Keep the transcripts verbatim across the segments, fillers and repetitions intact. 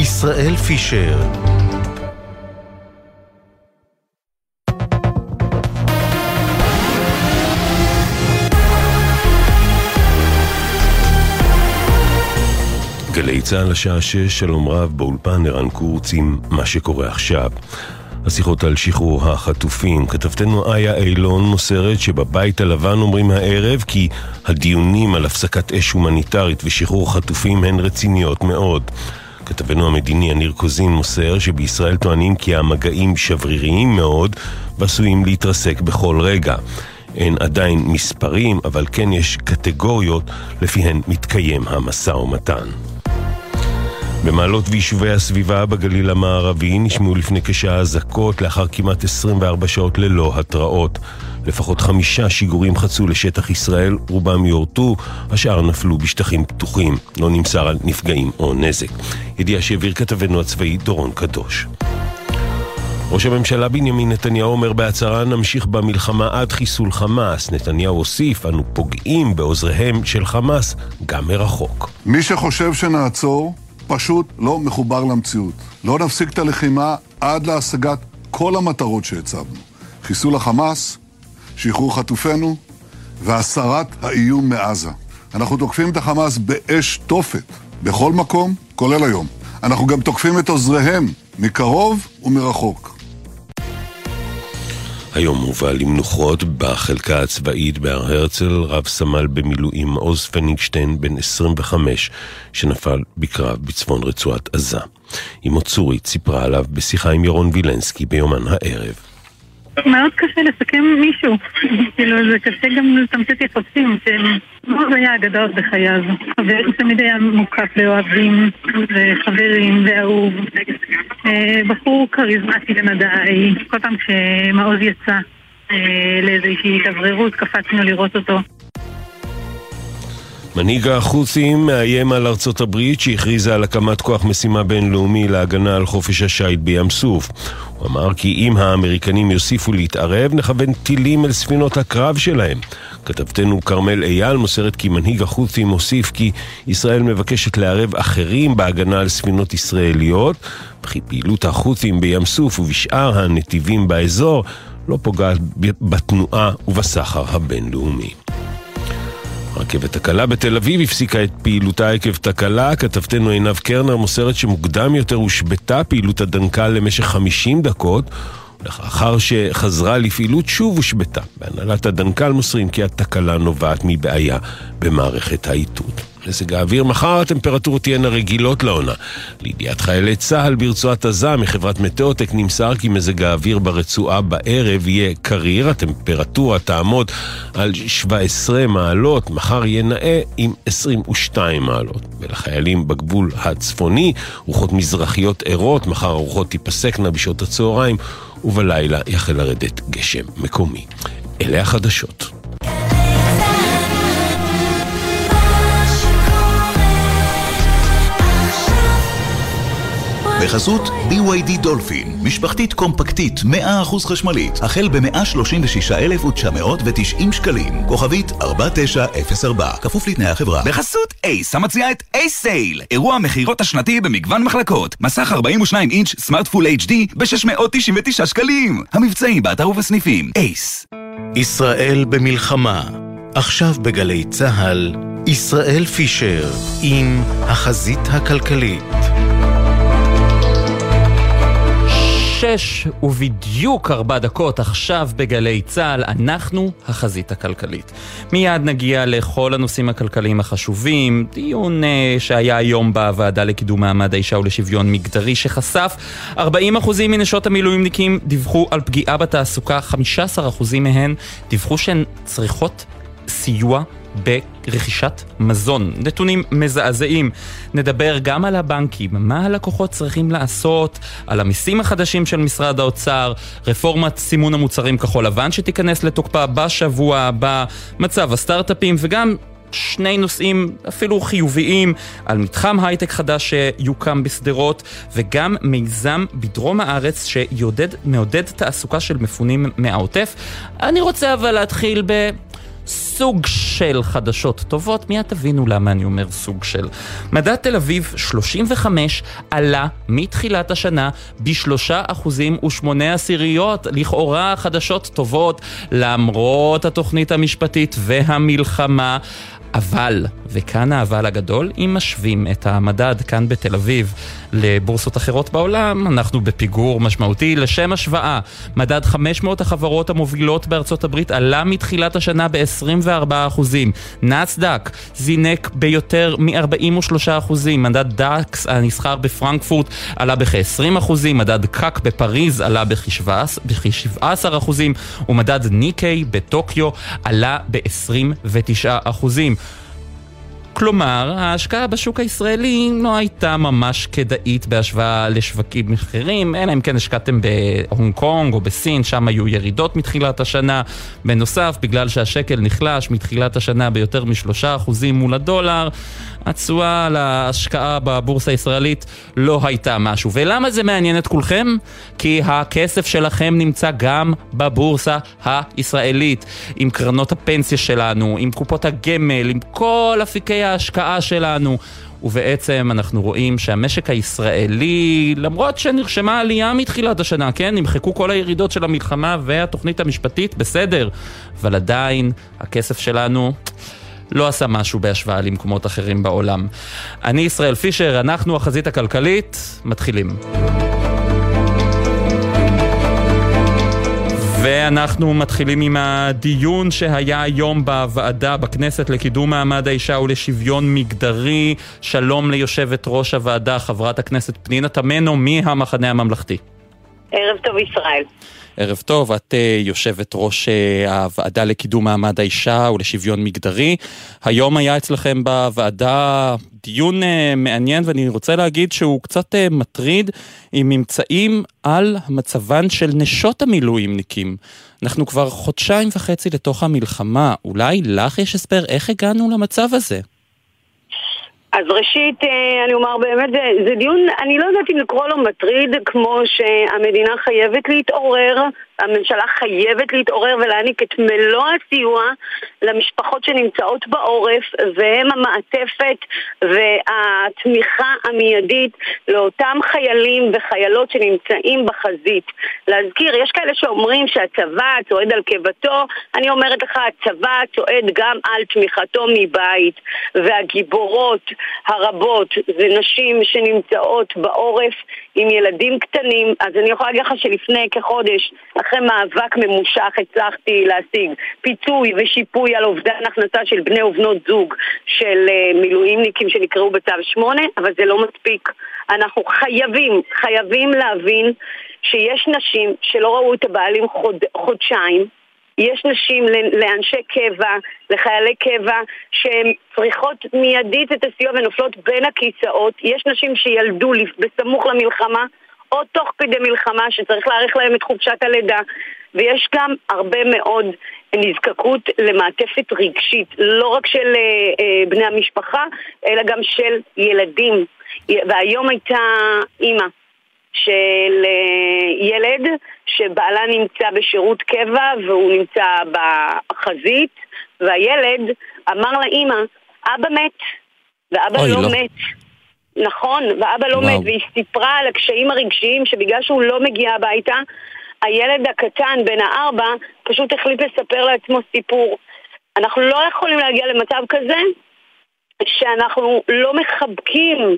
ישראל פישר. גלי צהל השעה שש, שלום רב, באולפן ערן קורץ עם מה שקורה עכשיו. השיחות על שחרור החטופים. כתבתנו איה אילון מוסרת שבבית הלבן אומרים הערב כי הדיונים על הפסקת אש הומניטרית ושחרור חטופים הן רציניות מאוד. כתבנו המדיני יניר קוזין מוסר שבישראל טוענים כי המגעים שבריריים מאוד ועשויים להתרסק בכל רגע. אין עדיין מספרים, אבל כן יש קטגוריות לפיהן מתקיים המשא ומתן. במעלות ויישובי הסביבה בגליל המערבי נשמעו לפני כשעה אזעקות לאחר כמעט עשרים וארבע שעות ללא התראות. לפחות חמישה שיגורים חצו לשטח ישראל, רובם יורטו, השאר נפלו בשטחים פתוחים. לא נמסר על נפגעים או נזק. ידיעה שהעביר כתבנו הצבאי דורון קדוש. ראש הממשלה בנימין נתניהו אומר בהצהרה נמשיך במלחמה עד חיסול חמאס. נתניהו הוסיף, אנו פוגעים בעוזריהם של חמאס גם מרחוק. מי שחושב שנעצור פשוט לא מחובר למציאות. לא נפסיק את הלחימה עד להשגת כל המטרות שהצבנו. חיסול החמאס, שחרור חטופינו והסרת האיום מעזה. אנחנו תוקפים את החמאס באש תופת בכל מקום, כולל היום. אנחנו גם תוקפים את עוזריהם מקרוב ומרחוק. היום מובא למנוחות בחלקה הצבאית בהר הרצל רב סמל במילואים עוז פניגשטיין בן עשרים וחמש שנפל בקרב בצפון רצועת עזה. אמו צורית סיפרה עליו בשיחה עם ירון וילנסקי ביומן הערב. מאוד קשה לסכם מישהו, כאילו זה קשה גם לתמצת יחסים, שמאוד היה הגדול בחיה הזו. חבר תמיד היה מוקף לאוהבים וחברים ואהוב. בחור קריזמטי ונדעי, כל פעם כשמעוז יצא לאיזושהי התאווררות קפצנו לראות אותו. מנהיג החות'ים מאיים על ארצות הברית שהכריזה על הקמת כוח משימה בינלאומי להגנה על חופש השייט בים סוף. הוא אמר כי אם האמריקנים יוסיפו להתערב נכוון טילים אל ספינות הקרב שלהם. כתבתנו קרמל אייל מוסרת כי מנהיג החות'ים מוסיף כי ישראל מבקשת לערב אחרים בהגנה על ספינות ישראליות, וכי פעילות החות'ים בים סוף ובשאר הנתיבים באזור לא פוגעת בתנועה ובסחר הבינלאומי. הרכבת הקלה בתל אביב הפסיקה את פעילותה עקב תקלה. כתבתנו עינב קרנר מוסרת שמוקדם יותר הושבתה פעילות הדנקל למשך חמישים דקות, לאחר שחזרה לפעילות שוב הושבתה. בהנהלת הדנקל מוסרים כי התקלה נובעת מבעיה במערכת האיתות. מזג האוויר, מחר הטמפרטורות תהיינה רגילות לעונה. לידיעת חיילי צהל ברצועת עזה מחברת מטאוטק נמסר כי מזג האוויר ברצועה בערב יהיה קריר, הטמפרטורה תעמוד על שבע עשרה מעלות, מחר יהיה נאה עם עשרים ושתיים מעלות. ולחיילים בגבול הצפוני, רוחות מזרחיות ערות, מחר הרוחות תיפסקנה בשעות הצהריים, ובלילה יחל לרדת גשם מקומי. אלה החדשות. בחסות בי וואי די דולפין, משפחתית קומפקטית מאה אחוז חשמלית, החל ב-מאה שלושים ושישה אלף ותשע מאות ותשעים שקלים, כוכבית ארבע תשע אפס ארבע, כפוף לתנאי החברה. בחסות אייס, המציעה את אייס סייל, אירוע המחירות השנתי במגוון מחלקות, מסך ארבעים ושתיים אינץ' סמארט פול אייץ' די ב-שש מאות תשעים ותשעה שקלים, המבצעים באתר ובסניפים. אייס. ישראל במלחמה, עכשיו בגלי צהל, ישראל פישר עם החזית הכלכלית. שש ובדיוק ארבע דקות עכשיו בגלי צהל, אנחנו החזית הכלכלית. מיד נגיע לכל הנושאים הכלכליים החשובים, דיון שהיה היום בוועדה לקידום מעמד האישה ולשוויון מגדרי שחשף ארבעים אחוז מנשות המילואימניקים דיווחו על פגיעה בתעסוקה, חמישה עשר אחוז מהן דיווחו שהן צריכות סיוע ברכישת מזון. נתונים מזעזעים. נדבר גם על הבנקים, מה הלקוחות צריכים לעשות, על המיסים החדשים של משרד האוצר, רפורמת סימון המוצרים כחול לבן שתיכנס לתוקפה בשבוע הבא, מצב הסטארט-אפים וגם שני נושאים אפילו חיוביים על מתחם הייטק חדש שיוקם בסדרות וגם מיזם בדרום הארץ שיודד מעודד תעסוקה של מפונים מהעוטף. אני רוצה אבל להתחיל ב... סוג של חדשות טובות. מיד תבינו למה אני אומר סוג של. מדד תל אביב שלושים וחמש עלה מתחילת השנה בשלושה אחוזים ושמונה עשיריות. לכאורה חדשות טובות למרות התוכנית המשפטית והמלחמה. אבל, וכאן האבל הגדול, אם משווים את המדד כאן בתל אביב לבורסות אחרות בעולם, אנחנו בפיגור משמעותי. לשם השוואה, מדד חמש מאות החברות המובילות בארצות הברית עלה מתחילת השנה ב-עשרים וארבעה אחוזים. נאסד"ק זינק ביותר מ-ארבעים ושלושה אחוזים. מדד דאקס הנסחר בפרנקפורט עלה בכ-עשרים אחוזים. מדד קאק בפריז עלה בכ-שבעה עשר אחוזים. ומדד ניקיי בטוקיו עלה ב-עשרים ותשעה אחוזים. כלומר, ההשקעה בשוק הישראלי לא הייתה ממש כדאית בהשוואה לשווקים אחרים, אלא אם כן השקעתם בהונג קונג או בסין, שם היו ירידות מתחילת השנה. בנוסף, בגלל שהשקל נחלש מתחילת השנה ביותר משלושה אחוזים מול הדולר, התשואה להשקעה בבורסה הישראלית לא הייתה משהו. ולמה זה מעניין את כולכם? כי הכסף שלכם נמצא גם בבורסה הישראלית, עם קרנות הפנסיה שלנו, עם קופות הגמל, עם כל אפיקי ההשקעה שלנו. ובעצם אנחנו רואים שהמשק הישראלי, למרות שנרשמה עלייה מתחילת השנה, כן, נמחקו כל הירידות של המלחמה והתוכנית המשפטית, בסדר, אבל עדיין הכסף שלנו לא עשה משהו בהשוואה למקומות אחרים בעולם. אני ישראל פישר, אנחנו החזית הכלכלית, מתחילים. ואנחנו מתחילים עם הדיון שהיה היום בוועדה בכנסת לקידום מעמד האישה ולשוויון מגדרי. שלום ליושבת ראש הוועדה, חברת הכנסת פנינה תמנו מהמחנה הממלכתי. ערב טוב ישראל. ערב טוב, את יושבת ראש הוועדה לקידום מעמד האישה ולשוויון מגדרי. היום היה אצלכם בוועדה דיון מעניין, ואני רוצה להגיד שהוא קצת מטריד, עם ממצאים על מצבן של נשות המילואימניקים. אנחנו כבר חודשיים וחצי לתוך המלחמה, אולי לך יש הסבר איך הגענו למצב הזה? אז ראשית, אני אומר באמת, זה, זה דיון, אני לא יודעת אם לקרוא לו מטריד, כמו שהמדינה חייבת להתעורר, הממשלה חייבת להתעורר ולהעניק את מלוא הסיוע למשפחות שנמצאות בעורף, והם המעטפת והתמיכה המיידית לאותם חיילים וחיילות שנמצאים בחזית. להזכיר, יש כאלה שאומרים שהצבא צועד על קיבתו, אני אומרת לך, הצבא צועד גם על תמיכתו מבית, והגיבורות הרבות זה נשים שנמצאות בעורף עם ילדים קטנים. אז אני יכולה להגיד לך שלפני כחודש, אחרי מאבק ממושך, הצלחתי להשיג פיצוי ושיפוי על אובדן הכנסה של בני ובנות זוג של מילואימניקים שנקראו בצו שמונה, אבל זה לא מספיק. אנחנו חייבים, חייבים להבין שיש נשים שלא ראו את הבעלים חוד, חודשיים, יש נשים לאנשי קבע, לחיילי קבע, שהן צריכות מיידית את הסיוע ונופלות בין הכיסאות. יש נשים שילדו בסמוך למלחמה, או תוך כדי מלחמה, שצריך להאריך להם את חופשת הלידה. ויש גם הרבה מאוד נזקקות למעטפת רגשית, לא רק של אה, בני המשפחה, אלא גם של ילדים. והיום הייתה אימא של ילד שבעלה נמצא בשירות קבע והוא נמצא בחזית, והילד אמר לאמא, אבא מת, ואבא לא, לא מת. נכון, ואבא לא מת, והיא סיפרה על הקשיים הרגשיים שבגלל שהוא לא מגיע הביתה, הילד הקטן בן הארבע פשוט החליט לספר לעצמו סיפור. אנחנו לא יכולים להגיע למצב כזה שאנחנו לא מחבקים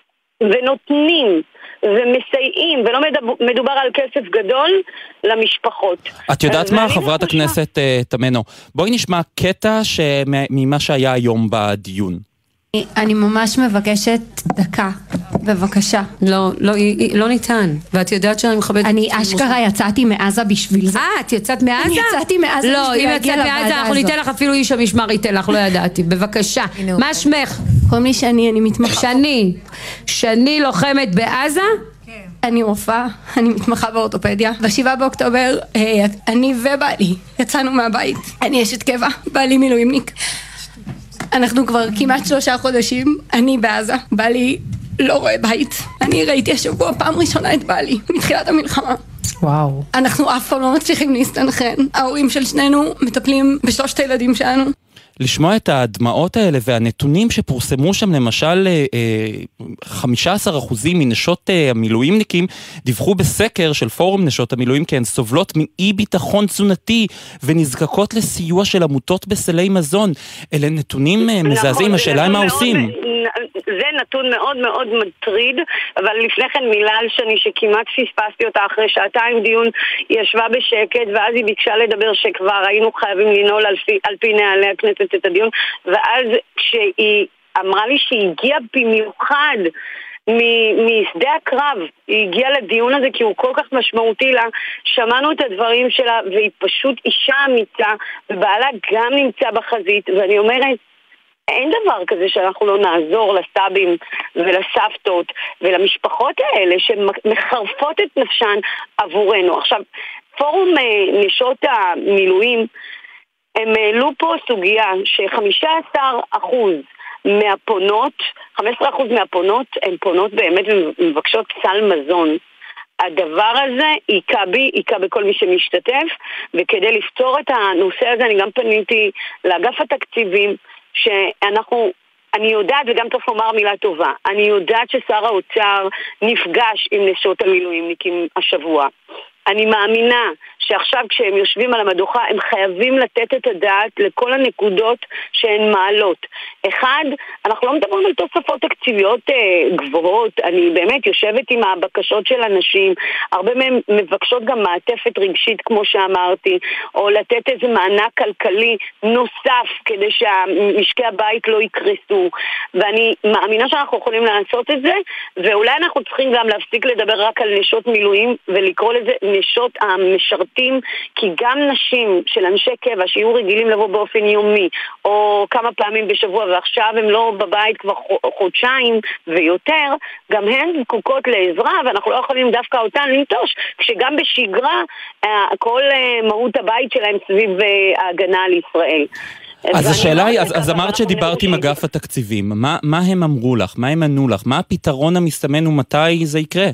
ונותנים ומסייעים, ולא מדובר על כסף גדול למשפחות. את יודעת מה, חברת הכנסת תמנו? בואי נשמע קטע ממה שהיה היום בדיון. אני ממש מבקשת דקה, בבקשה. לא, לא, לא ניתן. ואת יודעת שאני מכבדת... אני אשכרה יצאתי מעזה בשביל זה. אה, את יצאת מעזה? אני יצאתי מעזה לא, בשביל אם להגיע לוועדה הזאת. לא, אם יצאת מעזה, אנחנו ניתן לך אפילו איש המשמר ייתן לך, לא ידעתי. בבקשה. מה שמך? קוראים לי שני, אני מתמחה. שני. שני לוחמת בעזה? כן. אני רופאה, אני מתמחה באורתופדיה. בשבעה באוקטובר, אני ובעלי יצאנו מהבית. אני אשת קבע, בעלי מילואימניק. אנחנו כבר כמעט שלושה חודשים, אני בעזה, בעלי לא רואה בית. אני ראיתי השבוע פעם ראשונה את בעלי, מתחילת המלחמה. וואו. אנחנו אף פעם לא מצליחים להסתנכרן. ההורים של שנינו מטפלים בשלושת הילדים שלנו. לשמוע את הדמעות האלה והנתונים שפורסמו שם, למשל חמישה עשר אחוזים מנשות המילואימניקים דיווחו בסקר של פורום נשות המילואים כי הן סובלות מאי ביטחון תזונתי ונזקקות לסיוע של עמותות בסלי מזון. אלה נתונים מזעזעים, השאלה היא מה עושים. זה נתון מאוד מאוד מטריד, אבל לפני כן מילה על שני שכמעט פספסתי אותה אחרי שעתיים דיון, היא ישבה בשקט ואז היא ביקשה לדבר שכבר היינו חייבים לנעול על פי, על פי נעלי הכנסת את הדיון, ואז כשהיא אמרה לי שהיא הגיעה במיוחד משדה הקרב, היא הגיעה לדיון הזה כי הוא כל כך משמעותי לה, שמענו את הדברים שלה והיא פשוט אישה אמיצה ובעלה גם נמצא בחזית, ואני אומרת אין דבר כזה שאנחנו לא נעזור לסבים ולסבתות ולמשפחות האלה שמחרפות את נפשן עבורנו. עכשיו, פורום נשות המילואים, הם העלו פה סוגיה ש-חמישה עשר אחוז מהפונות, חמישה עשר אחוז מהפונות, הן פונות באמת ומבקשות סל מזון. הדבר הזה יקע בי, יקע בכל מי שמשתתף, וכדי לפתור את הנושא הזה אני גם פניתי לאגף התקציבים, שאנחנו, אני יודעת, וגם צריך לומר מילה טובה, אני יודעת ששר האוצר נפגש עם נשות המילואימניקים השבוע. אני מאמינה שעכשיו כשהם יושבים על המדוכה הם חייבים לתת את הדעת לכל הנקודות שהן מעלות. אחד, אנחנו לא מדברים על תוספות תקציביות אה, גבוהות, אני באמת יושבת עם הבקשות של אנשים, הרבה מהם מבקשות גם מעטפת רגשית כמו שאמרתי, או לתת איזה מענק כלכלי נוסף כדי שהמשקי הבית לא יקרסו, ואני מאמינה שאנחנו יכולים לעשות את זה, ואולי אנחנו צריכים גם להפסיק לדבר רק על נשות מילואים ולקרוא לזה נשות המשרתים, כי גם נשים של אנשי קבע שיהיו רגילים לבוא באופן יומי או כמה פעמים בשבוע ועכשיו הם לא בבית כבר חודשיים ויותר, גם הן זקוקות לעזרה ואנחנו לא יכולים דווקא אותן לנטוש, כשגם בשגרה כל מהות הבית שלהם סביב ההגנה על ישראל. אז השאלה היא, אז, אז אמרת שדיברת עם אגף התקציבים, מה, מה הם אמרו לך? מה הם ענו לך? מה הפתרון המסתמן ומתי זה יקרה?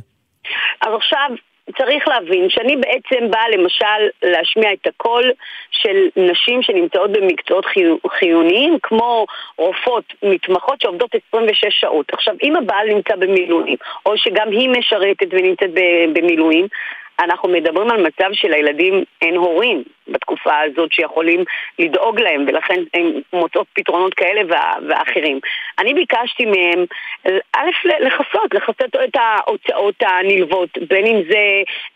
אז עכשיו צריך להבין שאני בעצם באה למשל להשמיע את הקול של נשים שנמצאות במקצועות חיוניים כמו רופאות מתמחות שעובדות עשרים ושש שעות. עכשיו אם הבעל נמצא במילואים או שגם היא משרתת ונמצאת במילואים, אנחנו מדברים על מצב של הילדים אין הורים בתקופה הזאת שיכולים לדאוג להם, ולכן הם מוצאות פתרונות כאלה ואחרים. אני ביקשתי מהם א' לחסות, לחסות את ההוצאות הנלוות, בין אם זה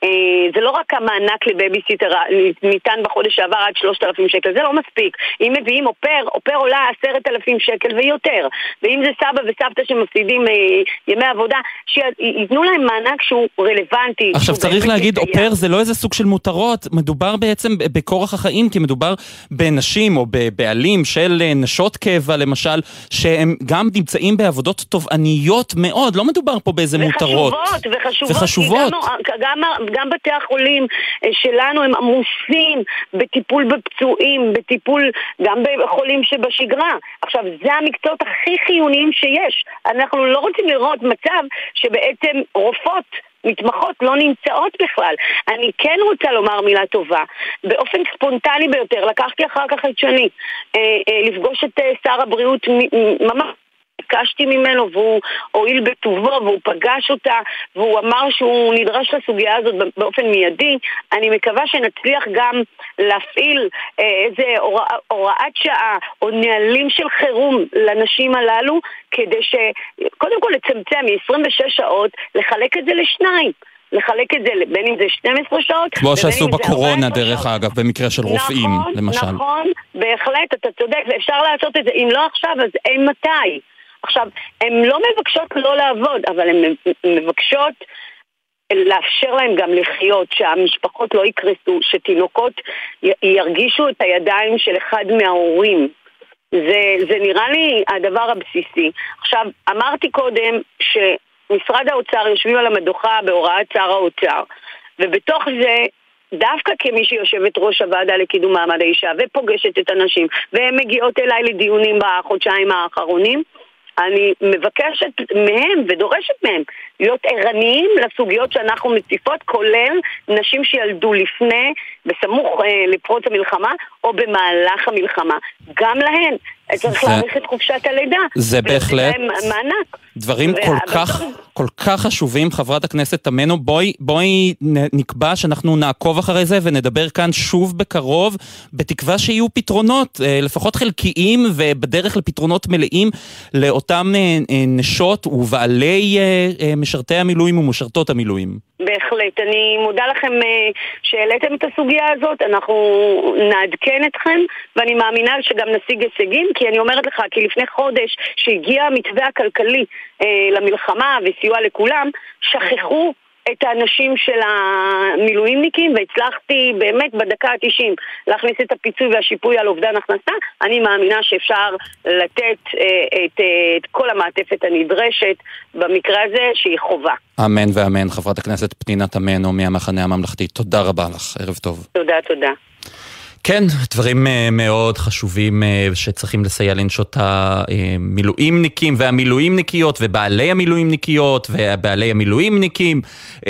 זה לא רק המענק לבייביסיטר ניתן בחודש שעבר עד שלושת אלפים שקל, זה לא מספיק. אם מביאים אופר, אופר עולה עשרת אלפים שקל ויותר, ואם זה סבא וסבתא שמפסידים ימי עבודה, שיתנו להם מענק שהוא רלוונטי. עכשיו צריך להגיד, אופר זה לא איזה סוג של מותרות, מדובר בעצם בכורח החיים, כי מדובר בנשים או בבעלים של נשות קבע למשל, שהם גם נמצאים בעבודות תובעניות מאוד, לא מדובר פה באיזה מותרות. וחשובות, וחשובות. וחשובות. גם, גם בתי החולים שלנו הם עמוסים בטיפול בפצועים, בטיפול גם בחולים שבשגרה. עכשיו, זה המקצועות הכי חיוניים שיש. אנחנו לא רוצים לראות מצב שבעצם רופאות מתמחות לא נמצאות בכלל. אני כן רוצה לומר מילה טובה. באופן ספונטני ביותר, לקחתי אחר כך את שני, אה, אה, לפגוש את אה, שר הבריאות ממש. ביקשתי ממנו והוא הועיל בטובו והוא פגש אותה והוא אמר שהוא נדרש לסוגיה הזאת באופן מיידי. אני מקווה שנצליח גם להפעיל איזה הורא, הוראת שעה או נהלים של חירום לנשים הללו כדי שקודם כל לצמצם מ-עשרים ושש שעות, לחלק את זה לשניים. לחלק את זה בין אם זה שתים עשרה שעות כמו שעשו בקורונה דרך אגב במקרה של רופאים נכון, למשל. נכון, בהחלט אתה צודק ואפשר לעשות את זה, אם לא עכשיו אז אין מתי. עכשיו, הן לא מבקשות לא לעבוד, אבל הן מבקשות לאפשר להן גם לחיות, שהמשפחות לא יקרסו, שתינוקות ירגישו את הידיים של אחד מההורים. זה, זה נראה לי הדבר הבסיסי. עכשיו, אמרתי קודם שמשרד האוצר יושבים על המדוכה בהוראת שר האוצר, ובתוך זה דווקא כמי שיושבת ראש הוועדה לקידום מעמד האישה ופוגשת את הנשים, והן מגיעות אליי לדיונים בחודשיים האחרונים, אני מבקשת מהם ודורשת מהם להיות ערניים לסוגיות שאנחנו מציפות, כולל נשים שילדו לפני, בסמוך אה, לפרוץ המלחמה, או במהלך המלחמה. גם להן צריך זה... להאריך את חופשת הלידה. זה בהחלט. מענק. דברים ו... כל כך, כל כך חשובים, חברת הכנסת תמנו. בואי, בואי נקבע שאנחנו נעקוב אחרי זה ונדבר כאן שוב בקרוב, בתקווה שיהיו פתרונות, לפחות חלקיים ובדרך לפתרונות מלאים לאותם נשות ובעלי משרתי המילואים ומשרתות המילואים. בהחלט. אני מודה לכם שהעליתם את הסוגיה הזאת, אנחנו נעדכן אתכם, ואני מאמינה שגם נשיג הישגים, כי אני אומרת לך, כי לפני חודש שהגיע המתווה הכלכלי אה, למלחמה וסיוע לכולם, שכחו את האנשים של המילואימניקים, והצלחתי באמת בדקה ה-תשעים להכניס את הפיצוי והשיפוי על אובדן הכנסה. אני מאמינה שאפשר לתת אה, את, אה, את כל המעטפת הנדרשת במקרה הזה שהיא חובה. אמן ואמן. חברת הכנסת פנינה תמנו מהמחנה הממלכתי, תודה רבה לך, ערב טוב. תודה, תודה. כן, דברים מאוד חשובים שצריכים לסייע לנשות המילואימניקים והמילואימניקיות ובעלי המילואימניקיות ובעלי המילואימניקים.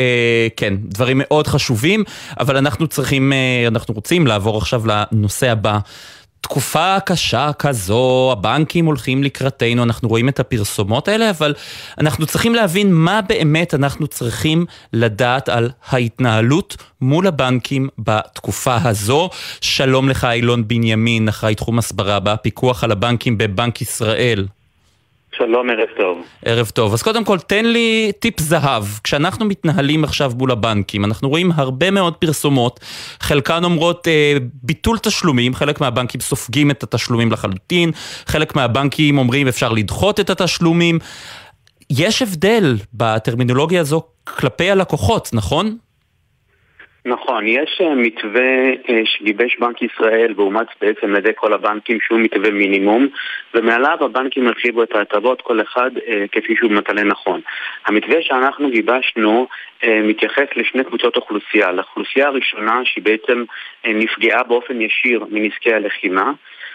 כן, דברים מאוד חשובים, אבל אנחנו צריכים, אנחנו רוצים לעבור עכשיו לנושא הבא. תקופה קשה כזו, הבנקים הולכים לקראתנו, אנחנו רואים את הפרסומות האלה, אבל אנחנו צריכים להבין מה באמת אנחנו צריכים לדעת על ההתנהלות מול הבנקים בתקופה הזו. שלום לך אילון בנימין, אחראי תחום הסברה בפיקוח על הבנקים בבנק ישראל. שלום, ערב טוב. ערב טוב. אז קודם כל, תן לי טיפ זהב. כשאנחנו מתנהלים עכשיו מול הבנקים, אנחנו רואים הרבה מאוד פרסומות, חלקן אומרות אה, ביטול תשלומים, חלק מהבנקים סופגים את התשלומים לחלוטין, חלק מהבנקים אומרים אפשר לדחות את התשלומים. יש הבדל בטרמינולוגיה הזו כלפי הלקוחות, נכון? נכון, יש מתווה שגיבש בנק ישראל ואומץ בעצם לידי כל הבנקים שהוא מתווה מינימום, ומעליו הבנקים הרחיבו את ההטבות כל אחד כפי שהוא מתעלה נכון. המתווה שאנחנו גיבשנו מתייחס לשני קבוצות אוכלוסייה. לאוכלוסייה הראשונה שהיא בעצם נפגעה באופן ישיר מנזקי הלחימה,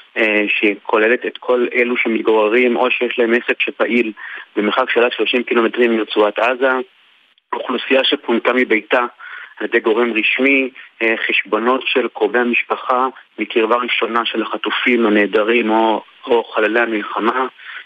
שכוללת את כל אלו שמתגוררים או שיש להם עסק שפעיל במרחק של עד שלושים קילומטרים מרצועת עזה, אוכלוסייה שפונתה מביתה על ידי גורם רשמי, חשבונות של קרובי המשפחה מקרבה ראשונה של החטופים הנהדרים או, או חללי המלחמה,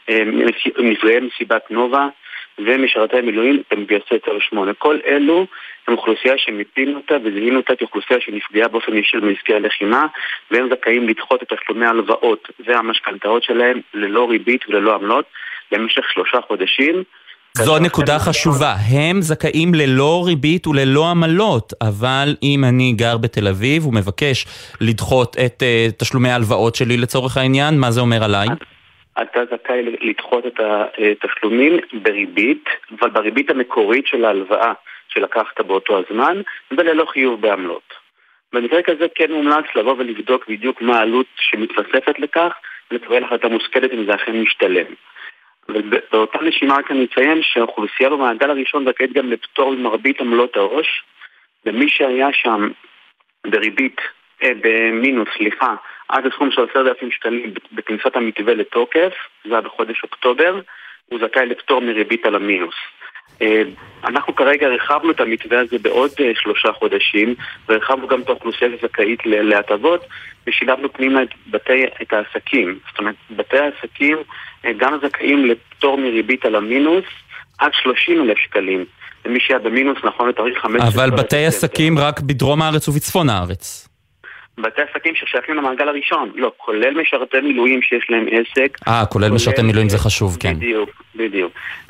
נפגעי מסיבת נובה ומשרתי המילואים במגייסי צו שמונה. כל אלו הם אוכלוסייה שמיפינו אותה וזיהינו אותה כאוכלוסייה שנפגעה באופן ישיר מנזקי הלחימה, והם זכאים לדחות את תשלומי ההלוואות והמשכנתאות שלהם ללא ריבית וללא עמלות במשך שלושה חודשים. זו נקודה חשובה, הם זכאים ללא ריבית וללא עמלות, אבל אם אני גר בתל אביב ומבקש לדחות את uh, תשלומי ההלוואות שלי לצורך העניין, מה זה אומר עליי? אתה זכאי לדחות את התשלומים בריבית, אבל בריבית המקורית של ההלוואה שלקחת באותו הזמן, וללא חיוב בעמלות. במקרה כזה כן מומלץ לבוא ולבדוק בדיוק מה העלות שמתווספת לכך, ולקבל החלטה מושכלת אם זה אכן משתלם. אבל באותה נשימה רק אני אציין שהאוכלוסייה במעגל הראשון זכאית גם לפטור ממרבית עמלות העו"ש, ומי שהיה שם בריבית, אה, במינוס, סליחה, עד הסכום של עשרת אלפים שקלים בכניסת המתווה לתוקף, זה היה בחודש אוקטובר, הוא זכאי לפטור מריבית על המינוס. אה, אנחנו כרגע רחבנו את המתווה הזה בעוד אה, שלושה חודשים, ורחבנו גם את האוכלוסייה שזכאית להטבות, ושילבנו פנימה את, בתי, את העסקים. זאת אומרת, בתי העסקים גם זכאים לפטור מריבית על המינוס עד שלושים אלף שקלים. למי שהיה במינוס נכון לתאריך חמש עשרה. אבל בתי עסקים רק בדרום הארץ ובצפון הארץ. בתי עסקים ששייכים למעגל הראשון, לא, כולל משרתי מילואים שיש להם עסק. אה, כולל משרתי מילואים זה חשוב, כן. בדיוק, בדיוק.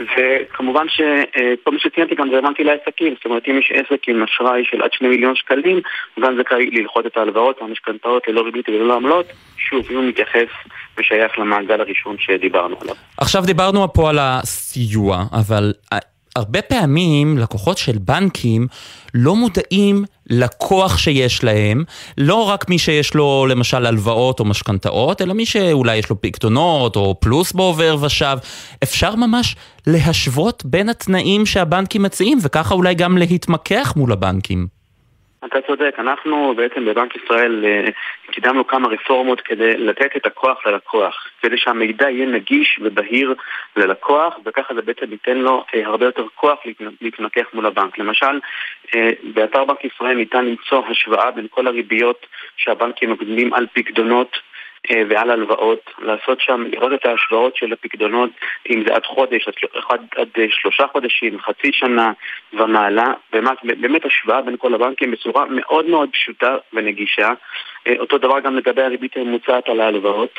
וכמובן שפה מי שציינתי גם רלוונטי לעסקים, זאת אומרת, אם יש עסק עם אשראי של עד שני מיליון שקלים, הוא גם זכאי ללחוץ את ההלוואות והמשכנתאות ללא ריבית וללא עמלות, שוב, אם הוא מתייחס ושייך למעגל הראשון שדיברנו עליו. עכשיו דיברנו פה על הסיוע, אבל הרבה פעמים לקוחות של בנקים לא מודעים לכוח שיש להם, לא רק מי שיש לו למשל הלוואות או משכנתאות, אלא מי שאולי יש לו פיקדונות או פלוס בעובר ושב. אפשר ממש להשוות בין התנאים שהבנקים מציעים, וככה אולי גם להתמקח מול הבנקים. אתה צודק, אנחנו בעצם בבנק ישראל קידמנו כמה רפורמות כדי לתת את הכוח ללקוח, כדי שהמידע יהיה נגיש ובהיר ללקוח, וככה זה בעצם ייתן לו הרבה יותר כוח להתמקח מול הבנק. למשל, באתר בנק ישראל ניתן למצוא השוואה בין כל הריביות שהבנקים מקדמים על פקדונות ועל הלוואות, לעשות שם, לראות את ההשוואות של הפקדונות, אם זה עד חודש, עד, עד שלושה חודשים, חצי שנה ומעלה, באמת, באמת השוואה בין כל הבנקים בצורה מאוד מאוד פשוטה ונגישה. אותו דבר גם לגבי הריבית הממוצעת על ההלוואות.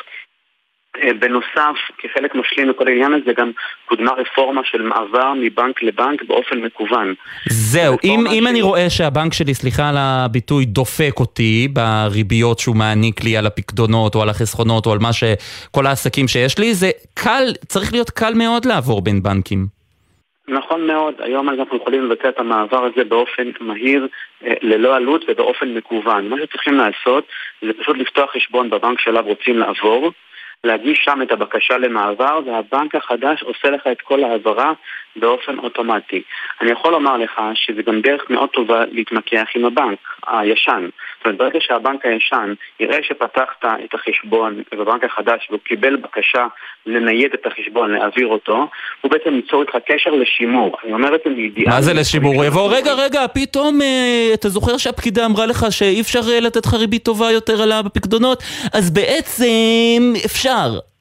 בנוסף, כחלק משלים לכל העניין הזה, גם קודמה רפורמה של מעבר מבנק לבנק באופן מקוון. זהו, אם, אם אני רואה שהבנק שלי, סליחה על הביטוי, דופק אותי בריביות שהוא מעניק לי על הפקדונות או על החסכונות או על מה שכל העסקים שיש לי, זה קל, צריך להיות קל מאוד לעבור בין בנקים. נכון מאוד, היום אנחנו יכולים לבצע את המעבר הזה באופן מהיר, ללא עלות ובאופן מקוון. מה שצריכים לעשות זה פשוט לפתוח חשבון בבנק שלו רוצים לעבור, להגיש שם את הבקשה למעבר, והבנק החדש עושה לך את כל העברה באופן אוטומטי. אני יכול לומר לך שזה גם דרך מאוד טובה להתמקח עם הבנק הישן. זאת אומרת, ברגע שהבנק הישן יראה שפתחת את החשבון בבנק החדש והוא קיבל בקשה לנייד את החשבון, להעביר אותו, הוא בעצם ייצור איתך קשר לשימור. אני אומר את זה מידיעה. מה זה לשימור? הוא יבוא, רגע, רגע, פתאום אתה זוכר שהפקידה אמרה לך שאי אפשר לתת לך ריבית טובה יותר על הפקדונות, אז בעצם אפשר.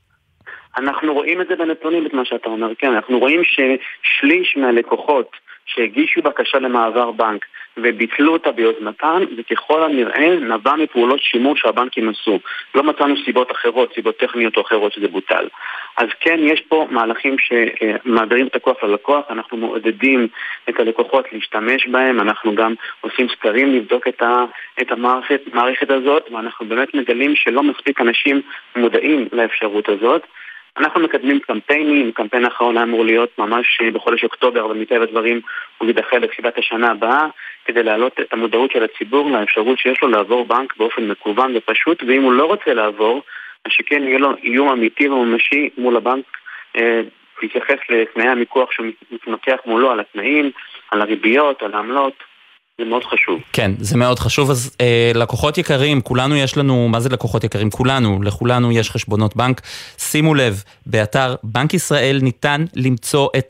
אנחנו רואים את זה בנתונים, את מה שאתה אומר, כן, אנחנו רואים ששליש מהלקוחות שהגישו בקשה למעבר בנק וביטלו אותה ביוזמתן, וככל הנראה נבע מפעולות שימור שהבנקים עשו. לא מצאנו סיבות אחרות, סיבות טכניות או אחרות שזה בוטל. אז כן, יש פה מהלכים שמעבירים את הכוח ללקוח, אנחנו מעודדים את הלקוחות להשתמש בהם, אנחנו גם עושים סקרים לבדוק את, ה, את המערכת, המערכת הזאת, ואנחנו באמת מגלים שלא מספיק אנשים מודעים לאפשרות הזאת. אנחנו מקדמים קמפיינים, קמפיין האחרון אמור להיות ממש בחודש אוקטובר, אבל מטבע הדברים הוא יידחה לתחילת השנה הבאה, כדי להעלות את המודעות של הציבור לאפשרות שיש לו לעבור בנק באופן מקוון ופשוט, ואם הוא לא רוצה לעבור, אז שכן יהיה לו איום אמיתי וממשי מול הבנק, אה, להתייחס לתנאי המיקוח שהוא מתמקח מולו על התנאים, על הריביות, על העמלות. זה מאוד חשוב. כן, זה מאוד חשוב. אז אה, לקוחות יקרים, כולנו יש לנו, מה זה לקוחות יקרים? כולנו, לכולנו יש חשבונות בנק. שימו לב, באתר בנק ישראל ניתן למצוא את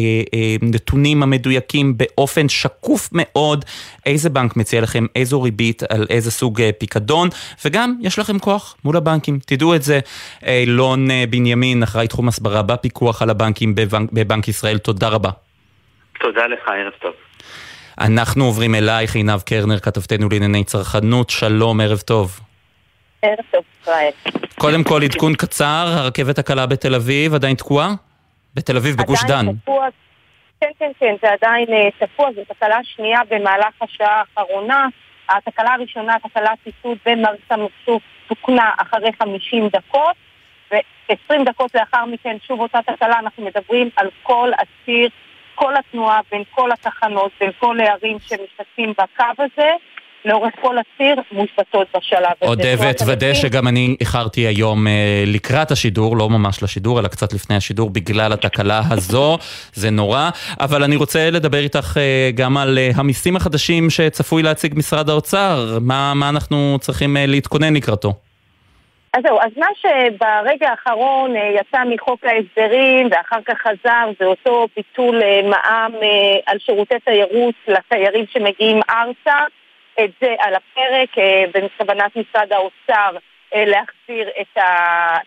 הנתונים המדויקים באופן שקוף מאוד, איזה בנק מציע לכם, איזו ריבית, על איזה סוג פיקדון, וגם יש לכם כוח מול הבנקים. תדעו את זה. אילון בנימין, אחראי תחום הסברה בפיקוח על הבנקים בבנק, בבנק ישראל. תודה רבה. תודה לך, ערב טוב. אנחנו עוברים אלייך, עינב קרנר, כתבתנו לענייני צרכנות. שלום, ערב טוב. ערב טוב, ישראל. קודם כל, עדכון קצר, הרכבת הקלה בתל אביב עדיין תקועה? בתל אביב, בגוש דן. עדיין תקוע, כן, כן, כן, זה עדיין תקוע, זו תקלה שנייה במהלך השעה האחרונה. התקלה הראשונה, תקלת ציטוט במערכת המחשוב, תוקנה אחרי חמישים דקות, ו-עשרים דקות לאחר מכן, שוב אותה תקלה, אנחנו מדברים על כל הציר, כל התנועה בין כל התחנות, בין כל הערים שמשתתפים בקו הזה, לאורך כל הציר מושבתות בשלב הזה. עודבת ודא שגם אני איחרתי היום אה, לקראת השידור, לא ממש לשידור, אלא קצת לפני השידור, בגלל התקלה הזו, זה נורא. אבל אני רוצה לדבר איתך אה, גם על אה, המיסים החדשים שצפוי להציג משרד האוצר. מה, מה אנחנו צריכים אה, להתכונן לקראתו? אז זהו, אז מה שברגע האחרון יצא מחוק ההסדרים ואחר כך חזר, זה אותו ביטול מע"מ על שירותי תיירות לתיירים שמגיעים ארצה, את זה על הפרק, בכוונת משרד האוצר להחזיר את ה...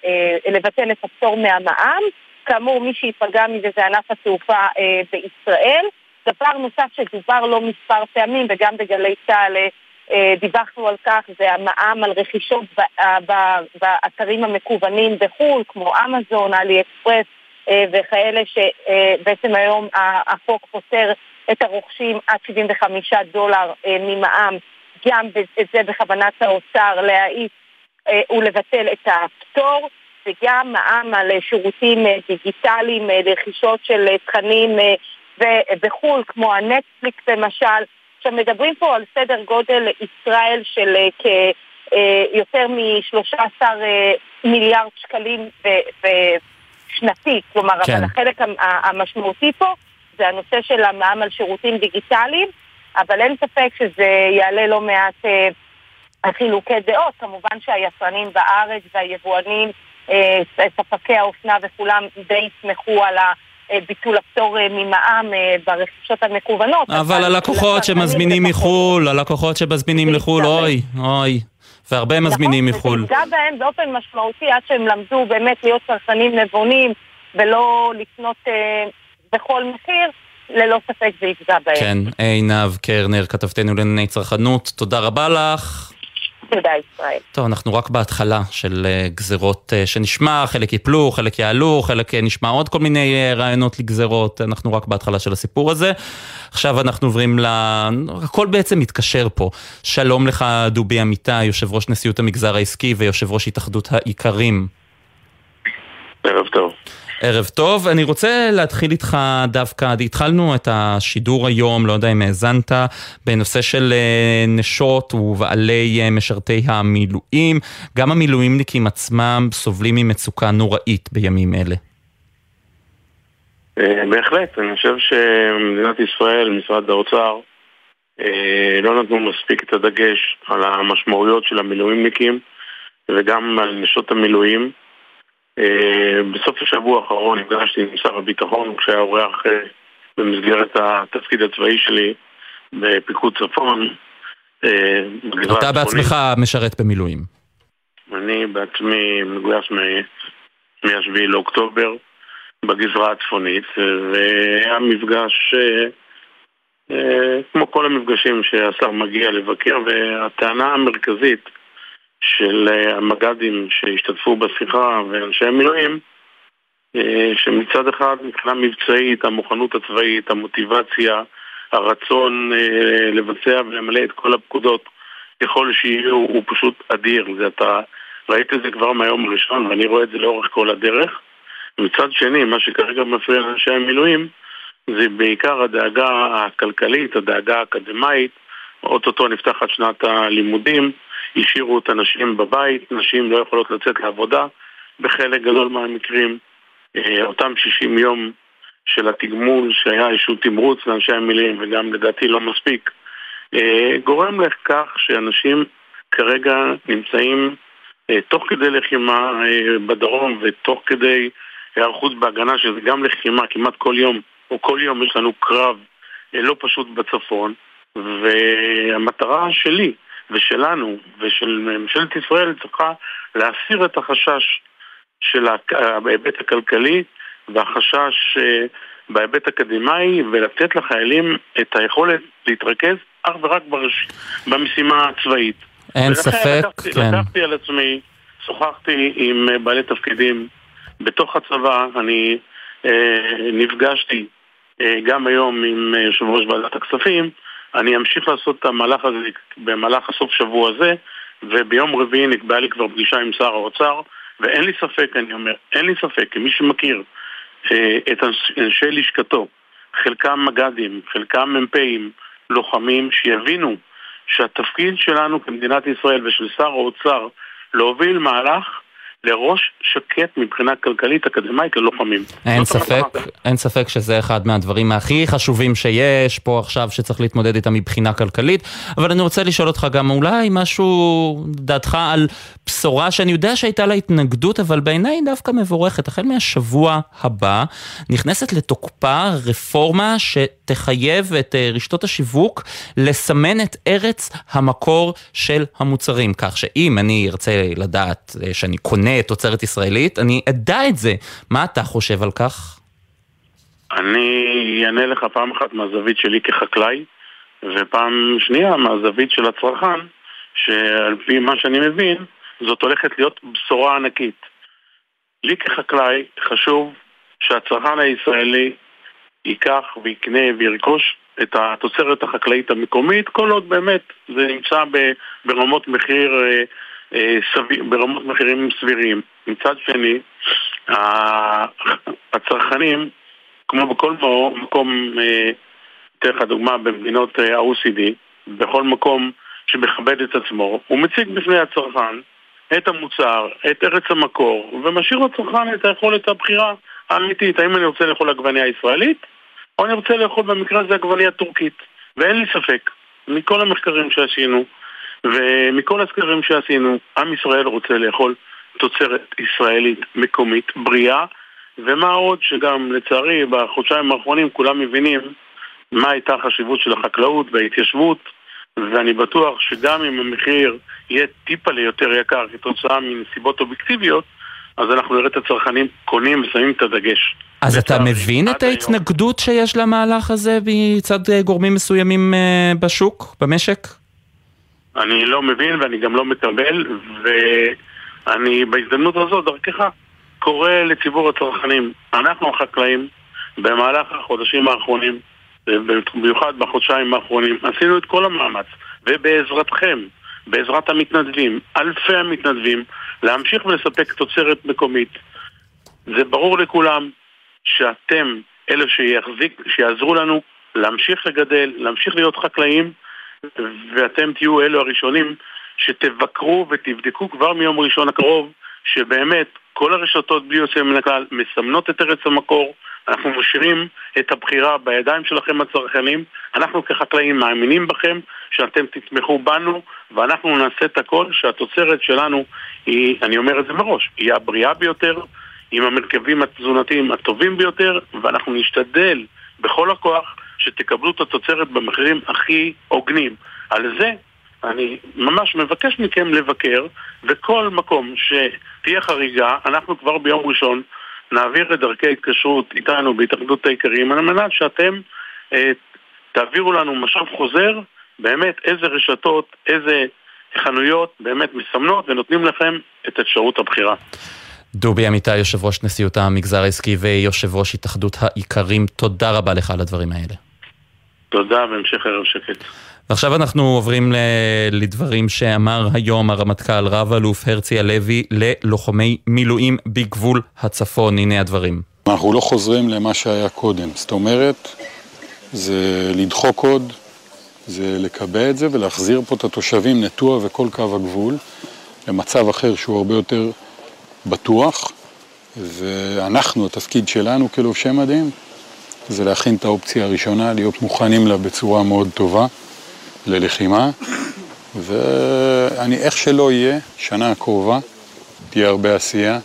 לבטל את הפטור מהמע"מ. כאמור, מי שיפגע מזה זה ענף התעופה בישראל. דבר נוסף שדובר לא מספר פעמים וגם בגלי צה"ל דיווחנו על כך, זה המע"מ על רכישות באתרים המקוונים בחו"ל, כמו אמזון, אלי אקספרס וכאלה, שבעצם היום החוק פותר את הרוכשים עד שבעים וחמישה דולר ממע"מ. גם את זה בכוונת האוצר להאיץ ולבטל את הפטור, וגם מע"מ על שירותים דיגיטליים, לרכישות של תכנים בחו"ל, כמו הנטפליקס למשל. עכשיו מדברים פה על סדר גודל ישראל של כיותר מ-שלושה עשר מיליארד שקלים בשנתי, כלומר, כן. אבל החלק המשמעותי פה זה הנושא של המע"מ על שירותים דיגיטליים. אבל אין ספק שזה יעלה לא מעט חילוקי דעות. כמובן שהיצרנים בארץ והיבואנים, ספקי האופנה וכולם די ישמחו על ביטול הפטור ממע"מ ברכישות המקוונות. אבל הלקוחות שמזמינים מחול, הלקוחות שמזמינים לחול, אוי, אוי. והרבה מזמינים מחול. זה יפגע בהם באופן משמעותי עד שהם למדו באמת להיות צרכנים נבונים ולא לקנות אה, בכל מחיר, ללא ספק זה יפגע בהם. כן, עינב קרנר, כתבתנו לענייני צרכנות, תודה רבה לך. תודה ישראל. טוב, אנחנו רק בהתחלה של uh, גזרות uh, שנשמע, חלק יפלו, חלק יעלו, חלק uh, נשמע עוד כל מיני uh, רעיונות לגזרות, אנחנו רק בהתחלה של הסיפור הזה. עכשיו אנחנו עוברים ל... הכל בעצם מתקשר פה. שלום לך דובי אמיתי, יושב ראש נשיאות המגזר העסקי ויושב ראש התאחדות האיכרים. ערב טוב. ערב טוב, אני רוצה להתחיל איתך דווקא, התחלנו את השידור היום, לא יודע אם האזנת, בנושא של נשות ובעלי משרתי המילואים, גם המילואימניקים עצמם סובלים ממצוקה נוראית בימים אלה. בהחלט, אני חושב שמדינת ישראל, משרד האוצר, לא נתנו מספיק את הדגש על המשמעויות של המילואימניקים וגם על נשות המילואים. בסוף השבוע האחרון נפגשתי עם שר הביטחון כשהיה אורח במסגרת התפקיד הצבאי שלי בפיקוד צפון. אתה בעצמך משרת במילואים. אני בעצמי מגויס מהשביעי לאוקטובר בגזרה הצפונית, והיה מפגש כמו כל המפגשים שהשר מגיע לבקר, והטענה המרכזית של המג"דים שהשתתפו בשיחה ואנשי המילואים, שמצד אחד מבחינה מבצעית, המוכנות הצבאית, המוטיבציה, הרצון לבצע ולמלא את כל הפקודות ככל שיהיו, הוא פשוט אדיר. זה אתה ראית את זה כבר מהיום הראשון, ואני רואה את זה לאורך כל הדרך. מצד שני, מה שכרגע מפריע לאנשי המילואים זה בעיקר הדאגה הכלכלית, הדאגה האקדמית. אוטוטו נפתחת שנת הלימודים, השאירו את הנשים בבית, נשים לא יכולות לצאת לעבודה בחלק גדול מהמקרים. אותם שישים יום של התגמול שהיה איזשהו תמרוץ לאנשי המילואים וגם לדעתי לא מספיק, גורם לכך שאנשים כרגע נמצאים תוך כדי לחימה בדרום ותוך כדי היערכות בהגנה, שזה גם לחימה כמעט כל יום, או כל יום יש לנו קרב לא פשוט בצפון. והמטרה שלי ושלנו ושל ממשלת ישראל צריכה להסיר את החשש של ההיבט הכלכלי והחשש בהיבט אקדמי, ולתת לחיילים את היכולת להתרכז אך ורק ברש... במשימה הצבאית. אין ספק, לקחתי, כן. לקחתי על עצמי, שוחחתי עם בעלי תפקידים בתוך הצבא, אני אה, נפגשתי אה, גם היום עם יושב ראש ועדת הכספים. אני אמשיך לעשות את המהלך הזה במהלך הסוף שבוע הזה, וביום רביעי נקבע לי כבר פגישה עם שר האוצר, ואין לי ספק, אני אומר, אין לי ספק, כמי שמכיר אה, את אנשי לשכתו, חלקם מג"דים, חלקם מ"פים, לוחמים, שיבינו שהתפקיד שלנו כמדינת ישראל ושל שר האוצר להוביל מהלך לראש שקט מבחינה כלכלית אקדמית ללוחמים. אין ספק, אין ספק שזה אחד מהדברים הכי חשובים שיש פה עכשיו שצריך להתמודד איתם מבחינה כלכלית, אבל אני רוצה לשאול אותך גם אולי משהו דעתך על בשורה שאני יודע שהייתה לה התנגדות, אבל בעיניי דווקא מבורכת. החל מהשבוע הבא נכנסת לתוקפה רפורמה שתחייב את רשתות השיווק לסמן את ארץ המקור של המוצרים, כך שאם אני ארצה לדעת שאני קונה תוצרת ישראלית, אני אדע את זה. מה אתה חושב על כך? אני אענה לך פעם אחת מהזווית שלי כחקלאי, ופעם שנייה מהזווית של הצרכן, שעל פי מה שאני מבין, זאת הולכת להיות בשורה ענקית. לי כחקלאי חשוב שהצרכן הישראלי ייקח ויקנה וירכוש את התוצרת החקלאית המקומית, כל עוד באמת זה נמצא ברמות מחיר ברמות מחירים סבירים. מצד שני, הצרכנים, כמו בכל מקום, תלך הדוגמה במדינות ה-או אי סי די, בכל מקום שמכבד את עצמו, הוא מציג בפני הצרכן את המוצר, את ארץ המקור, ומשאיר לצרכן את היכולת הבחירה האמיתית, האם אני רוצה לאכול עגבנייה ישראלית, או אני רוצה לאכול במקרה הזה עגבנייה טורקית. ואין לי ספק, מכל המחקרים שעשינו, ומכל הסקרים שעשינו, עם ישראל רוצה לאכול תוצרת ישראלית מקומית, בריאה, ומה עוד שגם לצערי בחודשיים האחרונים כולם מבינים מה הייתה החשיבות של החקלאות וההתיישבות, ואני בטוח שגם אם המחיר יהיה טיפה ליותר יקר כתוצאה מנסיבות אובייקטיביות, אז אנחנו נראה את הצרכנים קונים ושמים את הדגש. אז אתה מבין את ההתנגדות שיש למהלך הזה מצד גורמים מסוימים בשוק, במשק? אני לא מבין ואני גם לא מקבל, ואני בהזדמנות הזאת דרכך קורא לציבור הצרכנים. אנחנו החקלאים במהלך החודשים האחרונים, במיוחד בחודשיים האחרונים, עשינו את כל המאמץ, ובעזרתכם, בעזרת המתנדבים, אלפי המתנדבים, להמשיך ולספק תוצרת מקומית. זה ברור לכולם שאתם אלה שיחזיק, שיעזרו לנו להמשיך לגדל, להמשיך להיות חקלאים, ואתם תהיו אלו הראשונים שתבקרו ותבדקו כבר מיום ראשון הקרוב, שבאמת כל הרשתות בלי יוצא מן הכלל מסמנות את ארץ המקור. אנחנו משאירים את הבחירה בידיים שלכם הצרכנים. אנחנו כחקלאים מאמינים בכם שאתם תתמכו בנו, ואנחנו נעשה את הכל שהתוצרת שלנו היא, אני אומר את זה מראש, היא הבריאה ביותר, עם המרכבים התזונתיים הטובים ביותר, ואנחנו נשתדל בכל הכוח שתקבלו את התוצרת במחירים הכי הוגנים. על זה אני ממש מבקש מכם לבקר, וכל מקום שתהיה חריגה, אנחנו כבר ביום ראשון נעביר את דרכי התקשרות איתנו בהתאחדות האיכרים, על מנת שאתם אה, תעבירו לנו משב חוזר, באמת איזה רשתות, איזה חנויות באמת מסמנות ונותנים לכם את אפשרות הבחירה. דובי אמיתי, יושב ראש נשיאות המגזר העסקי ויושב ראש התאחדות האיכרים, תודה רבה לך על הדברים האלה. תודה, והמשך ערב שקט. ועכשיו אנחנו עוברים לדברים שאמר היום הרמטכ"ל רב אלוף הרצי הלוי ללוחמי מילואים בגבול הצפון. הנה הדברים. אנחנו לא חוזרים למה שהיה קודם. זאת אומרת, זה לדחוק עוד, זה לקבע את זה ולהחזיר פה את התושבים נטוע וכל קו הגבול למצב אחר שהוא הרבה יותר בטוח. ואנחנו, התפקיד שלנו כלובשי מדים, זה להכין את האופציה הראשונה, להיות מוכנים לה בצורה מאוד טובה ללחימה, ואני איך שלא יהיה, שנה הקרובה, תהיה הרבה עשייה.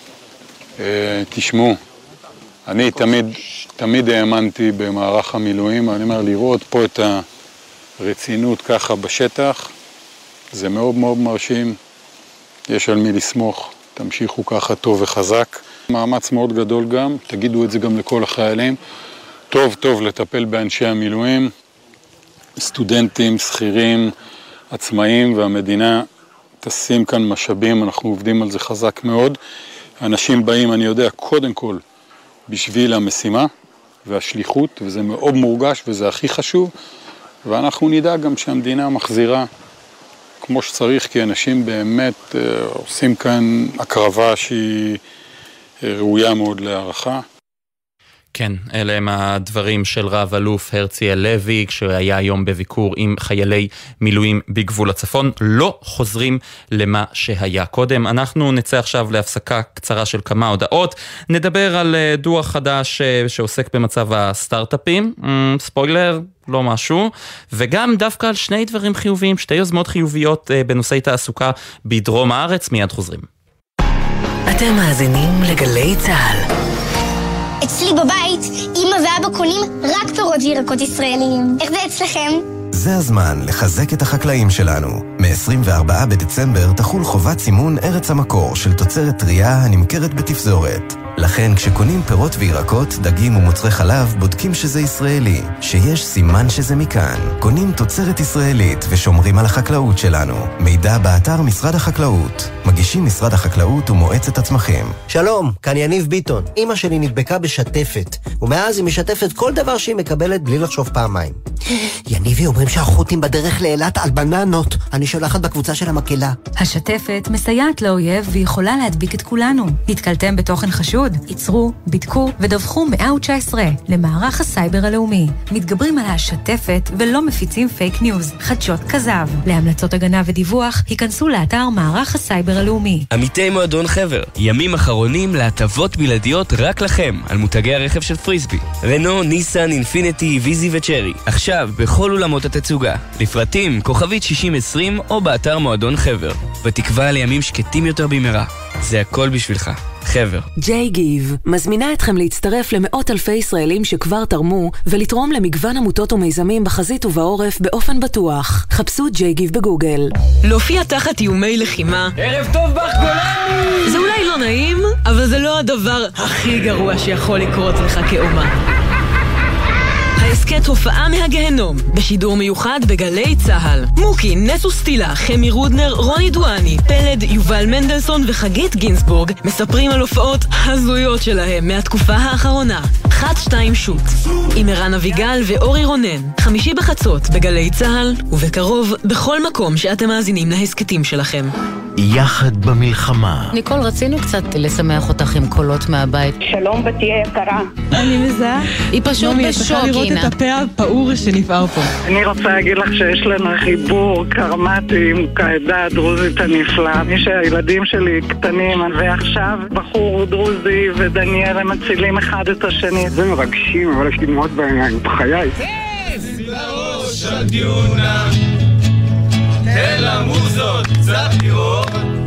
תשמעו, אני תמיד, תמיד האמנתי במערך המילואים, אני אומר, לראות פה את הרצינות ככה בשטח, זה מאוד מאוד מרשים, יש על מי לסמוך, תמשיכו ככה טוב וחזק. מאמץ מאוד גדול גם, תגידו את זה גם לכל החיילים, טוב טוב לטפל באנשי המילואים, סטודנטים, שכירים, עצמאים, והמדינה תשים כאן משאבים, אנחנו עובדים על זה חזק מאוד. אנשים באים, אני יודע, קודם כל בשביל המשימה והשליחות, וזה מאוד מורגש וזה הכי חשוב, ואנחנו נדע גם שהמדינה מחזירה כמו שצריך, כי אנשים באמת עושים כאן הקרבה שהיא ראויה מאוד להערכה. כן, אלה הם הדברים של רב אלוף הרצי הלוי, כשהיה היום בביקור עם חיילי מילואים בגבול הצפון. לא חוזרים למה שהיה קודם. אנחנו נצא עכשיו להפסקה קצרה של כמה הודעות. נדבר על דוח חדש שעוסק במצב הסטארט-אפים. ספוילר, לא משהו. וגם דווקא על שני דברים חיוביים, שתי יוזמות חיוביות בנושאי תעסוקה בדרום הארץ. מיד חוזרים. אתם מאזינים לגלי צהל. אצלי בבית, אמא ואבא קונים רק פירות וירקות ישראליים. איך זה אצלכם? זה הזמן לחזק את החקלאים שלנו. מ-עשרים וארבעה בדצמבר תחול חובת סימון ארץ המקור של תוצרת טריה הנמכרת בתפזורת. לכן כשקונים פירות וירקות, דגים ומוצרי חלב, בודקים שזה ישראלי, שיש סימן שזה מכאן. קונים תוצרת ישראלית ושומרים על החקלאות שלנו. מידע באתר משרד החקלאות. מגישים משרד החקלאות ומועצת הצמחים. שלום, כאן יניב ביטון. אמא שלי נדבקה בשתפת, ומאז היא משתפת כל דבר שהיא מקבלת בלי לחשוב פעמיים. יניבי אומרים שהחות'ים בדרך לאילת על בננות. אני שולחת בקבוצה של המקהלה. השתפת מסייעת לאויב ויכולה להדביק את כולנו. נתקלתם בתוכן חשוב? בידוד. ייצרו, בדקו ודווחו מאה תשע עשרה למערך הסייבר הלאומי. מתגברים על השתפת ולא מפיצים פייק ניוז, חדשות כזב. להמלצות הגנה ודיווח, היכנסו לאתר מערך הסייבר הלאומי. עמיתי מועדון חבר, ימים אחרונים להטבות בלעדיות רק לכם על מותגי הרכב של פריסבי. רנו, ניסן, אינפיניטי, ויזי וצ'רי. עכשיו בכל אולמות התצוגה. לפרטים כוכבית שישים עשרים או באתר מועדון חבר. ותקווה לימים שקטים יותר במהרה. זה הכל בשבילך. חבר. ג'יי גיב מזמינה אתכם להצטרף למאות אלפי ישראלים שכבר תרמו ולתרום למגוון עמותות ומיזמים בחזית ובעורף באופן בטוח. חפשו ג'יי גיב בגוגל. להופיע תחת איומי לחימה. ערב טוב בך גולני! זה אולי לא נעים, אבל זה לא הדבר הכי גרוע שיכול לקרות לך כאומה. ההסקט הופעה מהגהנום, בשידור מיוחד בגלי צהל. מוקי, נסו סטילה, חמי רודנר, רוני דואני, פלד, יובל מנדלסון וחגית גינסבורג מספרים על הופעות הזויות שלהם מהתקופה האחרונה. חד שתיים שוט, עם ערן אביגל ואורי רונן. חמישי בחצות בגלי צהל, ובקרוב בכל מקום שאתם מאזינים להסקטים שלכם. יחד במלחמה. ניקול, רצינו קצת לשמח אותך עם קולות מהבית. שלום בתי יקרה. אני מזהה. היא פשוט בשוק, הנה. את הפה הפעור שנפער פה. אני רוצה להגיד לך שיש לנו חיבור קרמטי עם העדה הדרוזית הנפלא. מי שהילדים שלי קטנים, ועכשיו בחור דרוזי ודניאל הם מצילים אחד את השני. זה מרגשים, אבל יש לי מאוד בעיניים, בחיי. כיף לראש הדיונה, תל המוזות, צפי אור.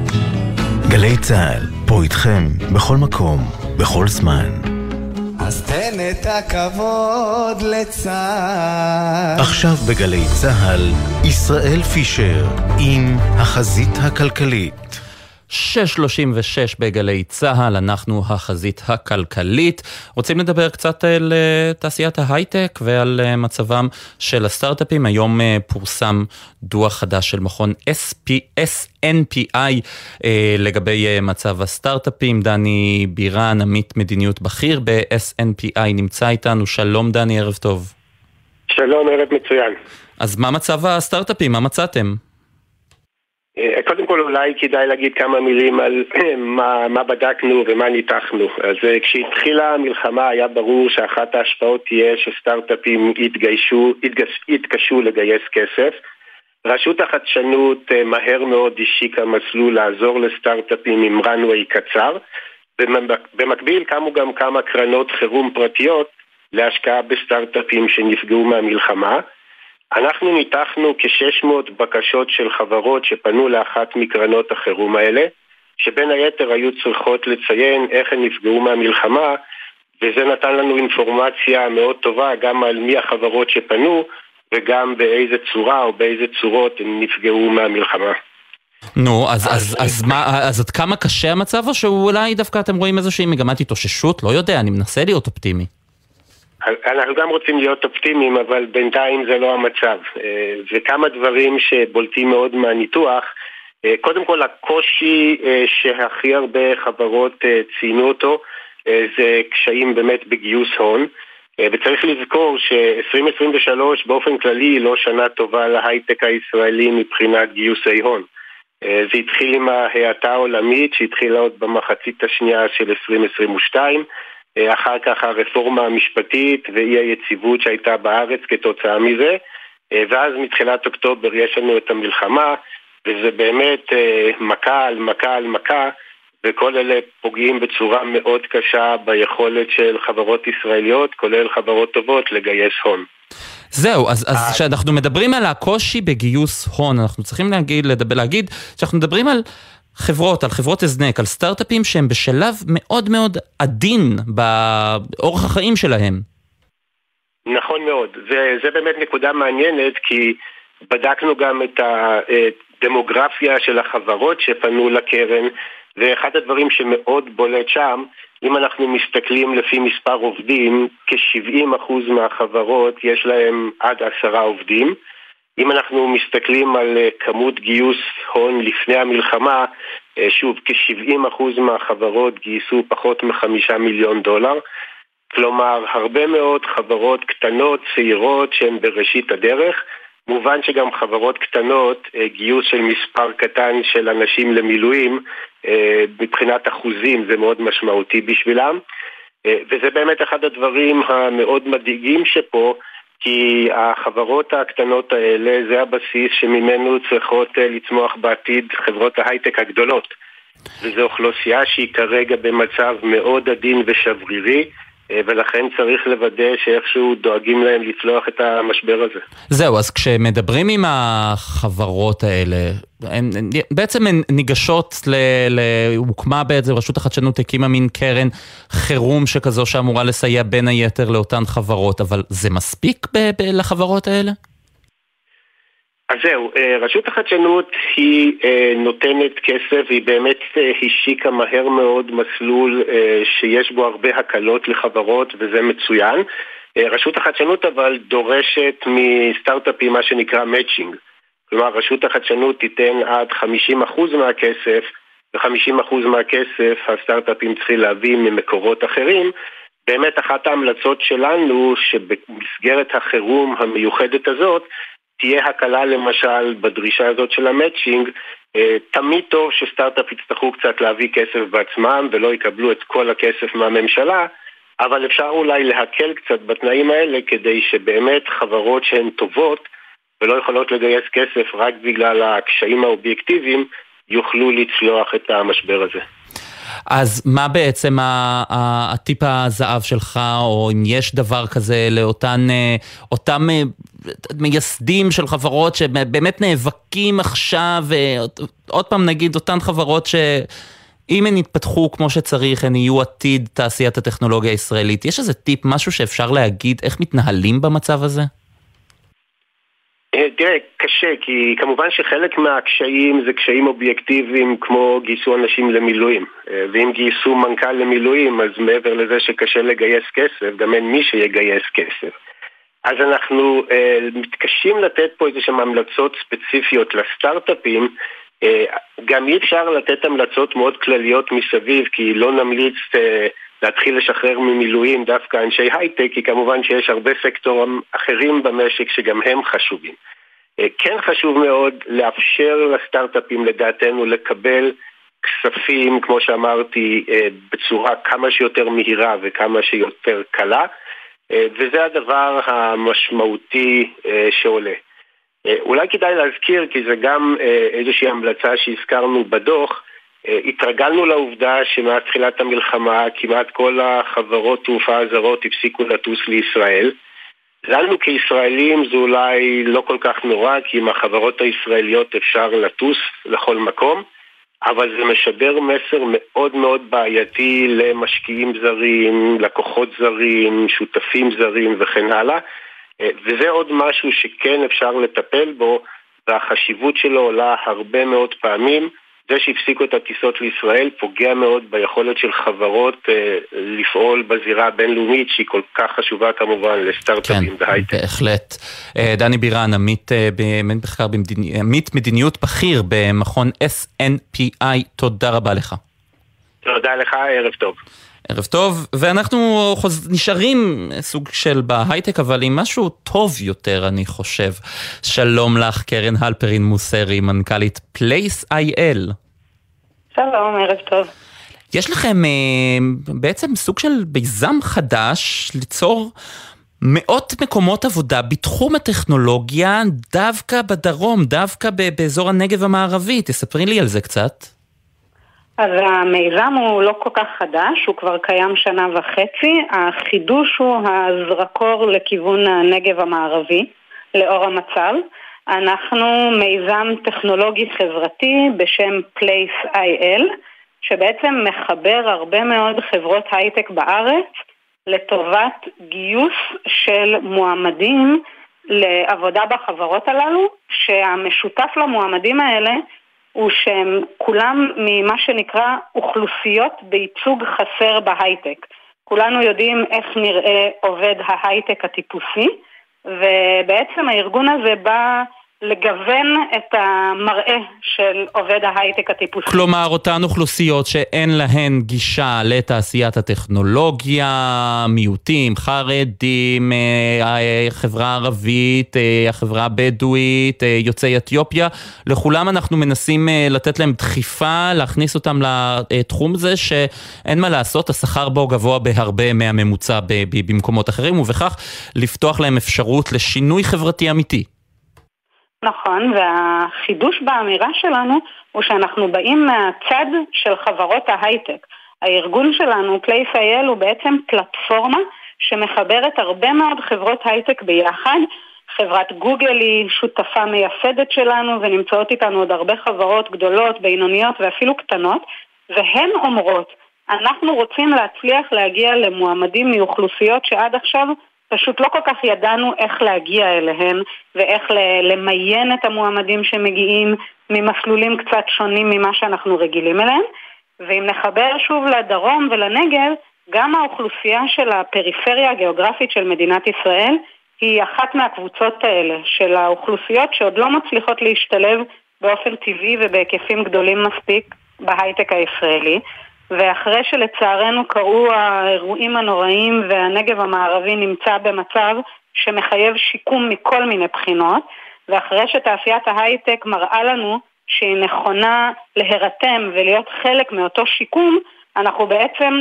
גלי צהל, פה איתכם, בכל מקום, בכל זמן. אז תן את הכבוד לצהל. עכשיו בגלי צהל, ישראל פישר עם החזית הכלכלית. שש שלושים ושש בגלי צהל, אנחנו החזית הכלכלית. רוצים לדבר קצת על תעשיית ההייטק ועל מצבם של הסטארט-אפים. היום פורסם דוח חדש של מכון אס אן פי איי לגבי מצב הסטארט-אפים. דני בירן, עמית מדיניות בכיר ב-אס אן פי איי, נמצא איתנו. שלום דני, ערב טוב. שלום, ערב מצוין. אז מה מצב הסטארט-אפים? מה מצאתם? קודם כל אולי כדאי להגיד כמה מילים על מה, מה בדקנו ומה ניתחנו. אז כשהתחילה המלחמה היה ברור שאחת ההשפעות תהיה שסטארט-אפים יתגיישו, יתגש, יתקשו לגייס כסף. רשות החדשנות מהר מאוד השיקה מסלול לעזור לסטארט-אפים עם runway קצר. במקביל קמו גם כמה קרנות חירום פרטיות להשקעה בסטארט-אפים שנפגעו מהמלחמה. אנחנו ניתחנו כ-שש מאות בקשות של חברות שפנו לאחת מקרנות החירום האלה, שבין היתר היו צריכות לציין איך הן נפגעו מהמלחמה, וזה נתן לנו אינפורמציה מאוד טובה גם על מי החברות שפנו, וגם באיזה צורה או באיזה צורות הן נפגעו מהמלחמה. נו, אז, אז, אז, מה, אז עד כמה קשה המצב, או שאולי דווקא אתם רואים איזושהי מגמת התאוששות? לא יודע, אני מנסה להיות אופטימי. אנחנו גם רוצים להיות אופטימיים, אבל בינתיים זה לא המצב. וכמה דברים שבולטים מאוד מהניתוח. קודם כל, הקושי שהכי הרבה חברות ציינו אותו, זה קשיים באמת בגיוס הון. וצריך לזכור ש-עשרים עשרים ושלוש באופן כללי היא לא שנה טובה להייטק הישראלי מבחינת גיוסי הון. זה התחיל עם ההאטה העולמית שהתחילה עוד במחצית השנייה של עשרים עשרים ושתיים, אחר כך הרפורמה המשפטית ואי היציבות שהייתה בארץ כתוצאה מזה, ואז מתחילת אוקטובר יש לנו את המלחמה, וזה באמת מכה על מכה על מכה, וכל אלה פוגעים בצורה מאוד קשה ביכולת של חברות ישראליות, כולל חברות טובות, לגייס הון. זהו, אז, אז כשאנחנו מדברים על הקושי בגיוס הון, אנחנו צריכים להגיד, לדבר, להגיד שאנחנו מדברים על חברות, על חברות הזנק, על סטארט-אפים שהם בשלב מאוד מאוד עדין באורח החיים שלהם. נכון מאוד. זה, זה באמת נקודה מעניינת, כי בדקנו גם את הדמוגרפיה של החברות שפנו לקרן, ואחד הדברים שמאוד בולט שם, אם אנחנו מסתכלים לפי מספר עובדים, כ-שבעים אחוז מהחברות יש להם עד עשרה עובדים. אם אנחנו מסתכלים על כמות גיוס הון לפני המלחמה, שוב, כ-שבעים אחוז מהחברות גייסו פחות מחמישה מיליון דולר. כלומר, הרבה מאוד חברות קטנות, צעירות, שהן בראשית הדרך, מובן שגם חברות קטנות, גיוס של מספר קטן של אנשים למילואים, מבחינת אחוזים זה מאוד משמעותי בשבילם, וזה באמת אחד הדברים המאוד מדאיגים שפה, כי החברות הקטנות האלה זה הבסיס שממנו צריכות לצמוח בעתיד חברות ההייטק הגדולות. וזו אוכלוסייה שהיא כרגע במצב מאוד עדין ושברירי, ולכן צריך לוודא שאיכשהו דואגים להם לצלוח את המשבר הזה. זהו, אז כשמדברים עם החברות האלה, הן, בעצם הן ניגשות, ל, ל, הוקמה בעצם, רשות החדשנות הקימה מין קרן חירום שכזו שאמורה לסייע בין היתר לאותן חברות, אבל זה מספיק ב, ב, לחברות האלה? אז זהו, רשות החדשנות היא נותנת כסף, היא באמת השיקה מהר מאוד מסלול שיש בו הרבה הקלות לחברות וזה מצוין. רשות החדשנות אבל דורשת מסטארט-אפים מה שנקרא מאצ'ינג. כלומר, רשות החדשנות תיתן עד חמישים אחוז מהכסף, ו-חמישים אחוז מהכסף הסטארט-אפים צריכים להביא ממקורות אחרים. באמת אחת ההמלצות שלנו שבמסגרת החירום המיוחדת הזאת, תהיה הקלה למשל בדרישה הזאת של המאצ'ינג, תמיד טוב שסטארט-אפ יצטרכו קצת להביא כסף בעצמם ולא יקבלו את כל הכסף מהממשלה, אבל אפשר אולי להקל קצת בתנאים האלה כדי שבאמת חברות שהן טובות ולא יכולות לגייס כסף רק בגלל הקשיים האובייקטיביים יוכלו לצלוח את המשבר הזה. אז מה בעצם הטיפ הזהב שלך, או אם יש דבר כזה לאותן, אותם מייסדים של חברות שבאמת נאבקים עכשיו, ועוד פעם נגיד אותן חברות שאם הן יתפתחו כמו שצריך, הן יהיו עתיד תעשיית הטכנולוגיה הישראלית. יש איזה טיפ, משהו שאפשר להגיד איך מתנהלים במצב הזה? תראה, קשה, כי כמובן שחלק מהקשיים זה קשיים אובייקטיביים כמו גייסו אנשים למילואים, ואם גייסו מנכ"ל למילואים אז מעבר לזה שקשה לגייס כסף, גם אין מי שיגייס כסף. אז אנחנו אה, מתקשים לתת פה איזה שהן המלצות ספציפיות לסטארט-אפים, אה, גם אי אפשר לתת המלצות מאוד כלליות מסביב, כי לא נמליץ אה, להתחיל לשחרר ממילואים דווקא אנשי הייטק, כי כמובן שיש הרבה סקטורים אחרים במשק שגם הם חשובים. כן חשוב מאוד לאפשר לסטארט-אפים לדעתנו לקבל כספים, כמו שאמרתי, בצורה כמה שיותר מהירה וכמה שיותר קלה, וזה הדבר המשמעותי שעולה. אולי כדאי להזכיר, כי זה גם איזושהי המלצה שהזכרנו בדוח, התרגלנו לעובדה שמאז תחילת המלחמה כמעט כל החברות תעופה הזרות הפסיקו לטוס לישראל. לנו כישראלים זה אולי לא כל כך נורא, כי עם החברות הישראליות אפשר לטוס לכל מקום, אבל זה משדר מסר מאוד מאוד בעייתי למשקיעים זרים, לקוחות זרים, שותפים זרים וכן הלאה, וזה עוד משהו שכן אפשר לטפל בו, והחשיבות שלו עולה הרבה מאוד פעמים. זה שהפסיקו את הטיסות לישראל פוגע מאוד ביכולת של חברות אה, לפעול בזירה הבינלאומית שהיא כל כך חשובה כמובן לסטארט-אפים כן, בהייטק. בהחלט. דני בירן, עמית, במחקר במדיניות, עמית מדיניות בכיר במכון אס אן פי איי, תודה רבה לך. תודה לך, ערב טוב. ערב טוב, ואנחנו חוז... נשארים סוג של בהייטק, אבל עם משהו טוב יותר, אני חושב. שלום לך, קרן הלפרין מוסרי, מנכ"לית פלייס איי אל. שלום, ערב טוב. יש לכם אה, בעצם סוג של מיזם חדש, ליצור מאות מקומות עבודה בתחום הטכנולוגיה, דווקא בדרום, דווקא באזור הנגב המערבי. תספרי לי על זה קצת. אז המיזם הוא לא כל כך חדש, הוא כבר קיים שנה וחצי. החידוש הוא הזרקור לכיוון הנגב המערבי, לאור המצב. אנחנו מיזם טכנולוגי חברתי בשם Place איי אל, שבעצם מחבר הרבה מאוד חברות הייטק בארץ לטובת גיוס של מועמדים לעבודה בחברות הללו, שהמשותף למועמדים האלה הוא שהם כולם ממה שנקרא אוכלוסיות בייצוג חסר בהייטק. כולנו יודעים איך נראה עובד ההייטק הטיפוסי, ובעצם הארגון הזה בא לגוון את המראה של עובד ההייטק הטיפוסי. כלומר, אותן אוכלוסיות שאין להן גישה לתעשיית הטכנולוגיה, מיעוטים, חרדים, החברה הערבית, החברה הבדואית, יוצאי אתיופיה, לכולם אנחנו מנסים לתת להם דחיפה, להכניס אותם לתחום הזה שאין מה לעשות, השכר בו גבוה בהרבה מהממוצע במקומות אחרים, ובכך לפתוח להם אפשרות לשינוי חברתי אמיתי. נכון, והחידוש באמירה שלנו הוא שאנחנו באים מהצד של חברות ההייטק. הארגון שלנו, Place.il, הוא בעצם פלטפורמה שמחברת הרבה מאוד חברות הייטק ביחד. חברת גוגל היא שותפה מייסדת שלנו, ונמצאות איתנו עוד הרבה חברות גדולות, בינוניות ואפילו קטנות, והן אומרות, אנחנו רוצים להצליח להגיע למועמדים מאוכלוסיות שעד עכשיו פשוט לא כל כך ידענו איך להגיע אליהן ואיך למיין את המועמדים שמגיעים ממסלולים קצת שונים ממה שאנחנו רגילים אליהם. ואם נחבר שוב לדרום ולנגב, גם האוכלוסייה של הפריפריה הגיאוגרפית של מדינת ישראל היא אחת מהקבוצות האלה של האוכלוסיות שעוד לא מצליחות להשתלב באופן טבעי ובהיקפים גדולים מספיק בהייטק הישראלי. ואחרי שלצערנו קרו האירועים הנוראים והנגב המערבי נמצא במצב שמחייב שיקום מכל מיני בחינות, ואחרי שתעשיית ההייטק מראה לנו שהיא נכונה להירתם ולהיות חלק מאותו שיקום, אנחנו בעצם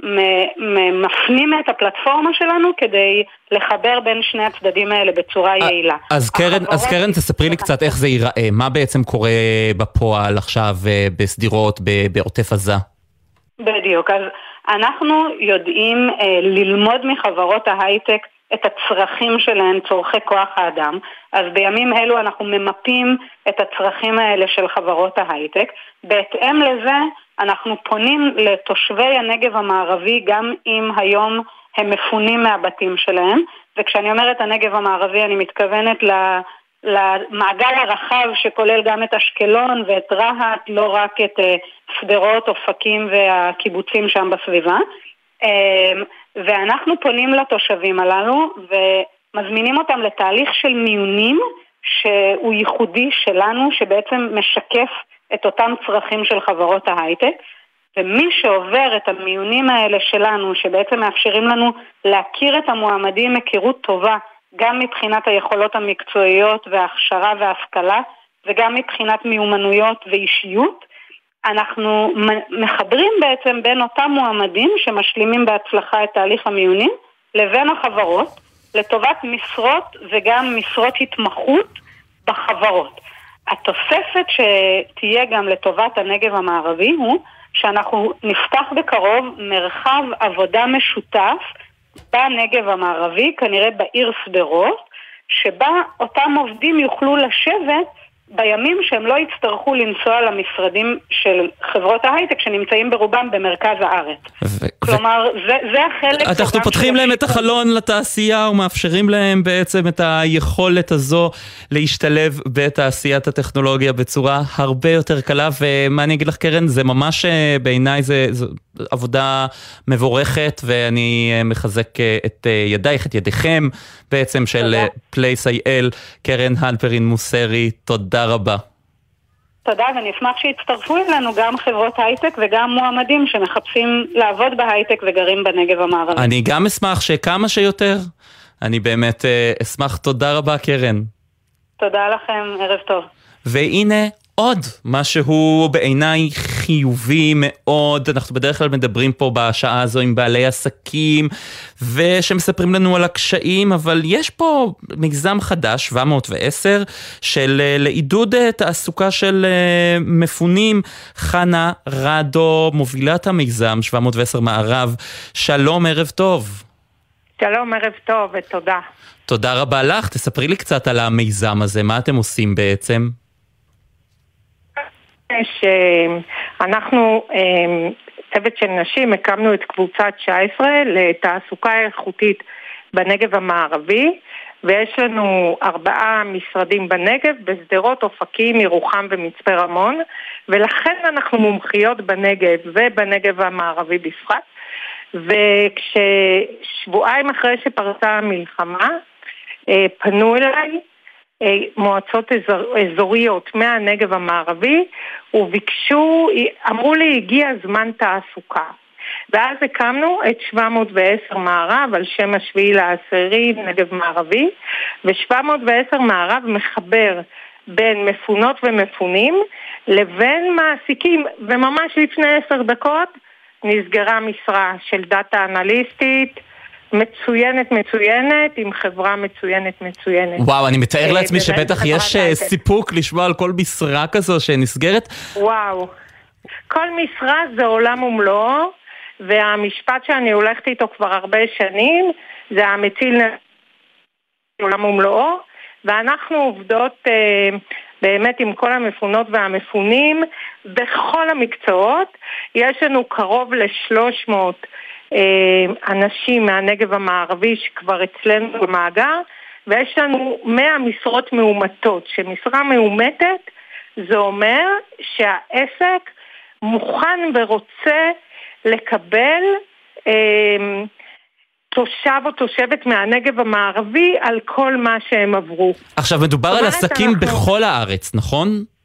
מפנים את הפלטפורמה שלנו כדי לחבר בין שני הצדדים האלה בצורה יעילה. אז קרן, אז קרן, תספרי לי קצת איך זה ייראה, מה בעצם קורה בפועל עכשיו בסדירות, בעוטף עזה? בדיוק, אז אנחנו יודעים אה, ללמוד מחברות ההייטק את הצרכים שלהן, צורכי כוח האדם. אז בימים אלו אנחנו ממפים את הצרכים האלה של חברות ההייטק. בהתאם לזה אנחנו פונים לתושבי הנגב המערבי, גם אם היום הם מפונים מהבתים שלהם. וכשאני אומרת הנגב המערבי אני מתכוונת ל... למעגל הרחב שכולל גם את אשקלון ואת רהט, לא רק את סדרות, אופקים והקיבוצים שם בסביבה. ואנחנו פונים לתושבים הללו ומזמינים אותם לתהליך של מיונים שהוא ייחודי שלנו, שבעצם משקף את אותם צרכים של חברות ההייטק. ומי שעובר את המיונים האלה שלנו, שבעצם מאפשרים לנו להכיר את המועמדים מכירות טובה, גם מבחינת היכולות המקצועיות וההכשרה וההשכלה, וגם מבחינת מיומנויות ואישיות, אנחנו מחברים בעצם בין אותם מועמדים שמשלימים בהצלחה את תהליך המיונים, לבין החברות, לטובת משרות וגם משרות התמחות בחברות. התוספת שתהיה גם לטובת הנגב המערבי הוא שאנחנו נפתח בקרוב מרחב עבודה משותף בנגב המערבי, כנראה בעיר סדרות, שבה אותם עובדים יוכלו לשבת בימים שהם לא יצטרכו לנסוע למשרדים של חברות ההייטק שנמצאים ברובם במרכז הארץ. ו- כלומר, ו- זה, זה החלק... אנחנו פותחים להם את החלון לתעשייה ומאפשרים להם בעצם את היכולת הזו להשתלב בתעשיית הטכנולוגיה בצורה הרבה יותר קלה, ומה אני אגיד לך קרן, זה ממש בעיניי זה, זה עבודה מבורכת, ואני מחזק את ידייך, את ידיכם בעצם של Place.il. קרן הלפרין מוסרי, תודה רבה. תודה, ואני אשמח שיצטרפו אלינו גם חברות הייטק וגם מועמדים שמחפשים לעבוד בהייטק וגרים בנגב המערבי. אני גם אשמח שכמה שיותר, אני באמת אשמח. תודה רבה קרן. תודה לכם, ערב טוב. והנה עוד משהו בעיניי חיובי מאוד. אנחנו בדרך כלל מדברים פה בשעה הזו עם בעלי עסקים ושמספרים לנו על הקשיים, אבל יש פה מיזם חדש שבע מאות ועשר של לעידוד תעסוקה של מפונים. חנה רדו, מובילת המיזם שבע מאות ועשר מערב, שלום, ערב טוב. שלום, ערב טוב ותודה. תודה רבה לך. תספרי לי קצת על המיזם הזה, מה אתם עושים בעצם? שאנחנו צוות של נשים הקמנו את קבוצה תשע עשרה לתעסוקה איכותית בנגב המערבי, ויש לנו ארבעה משרדים בנגב, בסדרות, אופקים, ירוחם ומצפה רמון, ולכן אנחנו מומחיות בנגב ובנגב המערבי בפרט. וכששבועיים אחרי שפרצה המלחמה פנו אליי מועצות אזור, אזוריות מהנגב המערבי, וביקשו, אמרו לי, הגיע זמן תעסוקה. ואז הקמנו את שבע מאות ועשר מערב על שם השביעי לעשירי נגב מערבי, ו-שבע מאות ועשר מערב מחבר בין מפונות ומפונים לבין מעסיקים, וממש לפני עשר דקות נסגרה משרה של דאטה אנליסטית מצוינת מצוינת עם חברה מצוינת מצוינת. וואו, אני מתאר לעצמי שבטח יש סיפוק לשמוע על כל משרה כזו שנסגרת. וואו, כל משרה זה עולם ומלואו, והמשפט שאני הולכת איתו כבר הרבה שנים זה המציל עולם ומלואו, ואנחנו עובדות אה, באמת עם כל המפונות והמפונים בכל המקצועות. יש לנו קרוב ל-שלוש מאות אה, אנשים מהנגב המערבי שכבר אצלנו במאגר, ויש לנו מאה משרות מאומתות, שמשרה מאומתת זה אומר שהעסק מוכן ורוצה לקבל אה, תושב או תושבת מהנגב המערבי על כל מה שהם עברו. עכשיו מדובר על עסקים אנחנו... בכל הארץ, נכון?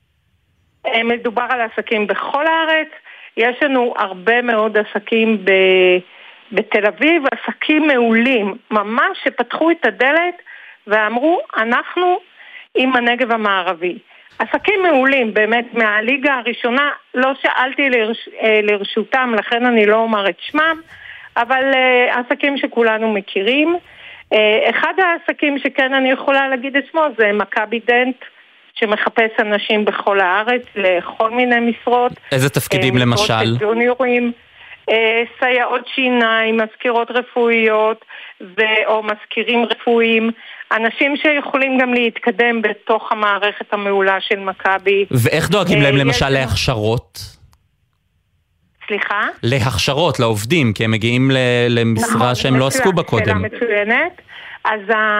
מדובר על עסקים בכל הארץ. יש לנו הרבה מאוד עסקים ב... בתל אביב, עסקים מעולים, ממש שפתחו את הדלת ואמרו, אנחנו עם הנגב המערבי. עסקים מעולים, באמת מהליגה הראשונה, לא שאלתי לרש... לרשותם, לכן אני לא אומר את שמם, אבל uh, עסקים שכולנו מכירים. Uh, אחד העסקים שכן אני יכולה להגיד את שמו זה מכבי דנט, שמחפש אנשים בכל הארץ לכל מיני משרות. איזה תפקידים uh, למשל? משרות ג'וניורים, uh, סייעות שיניים, מזכירות רפואיות ו... או מזכירים רפואיים, אנשים שיכולים גם להתקדם בתוך המערכת המעולה של מכבי. ואיך דואגים uh, להם למשל להכשרות? סליחה? להכשרות, לעובדים, כי הם מגיעים למשרה נכון, שהם לא עסקו בה קודם. שאלה מצוינת. אז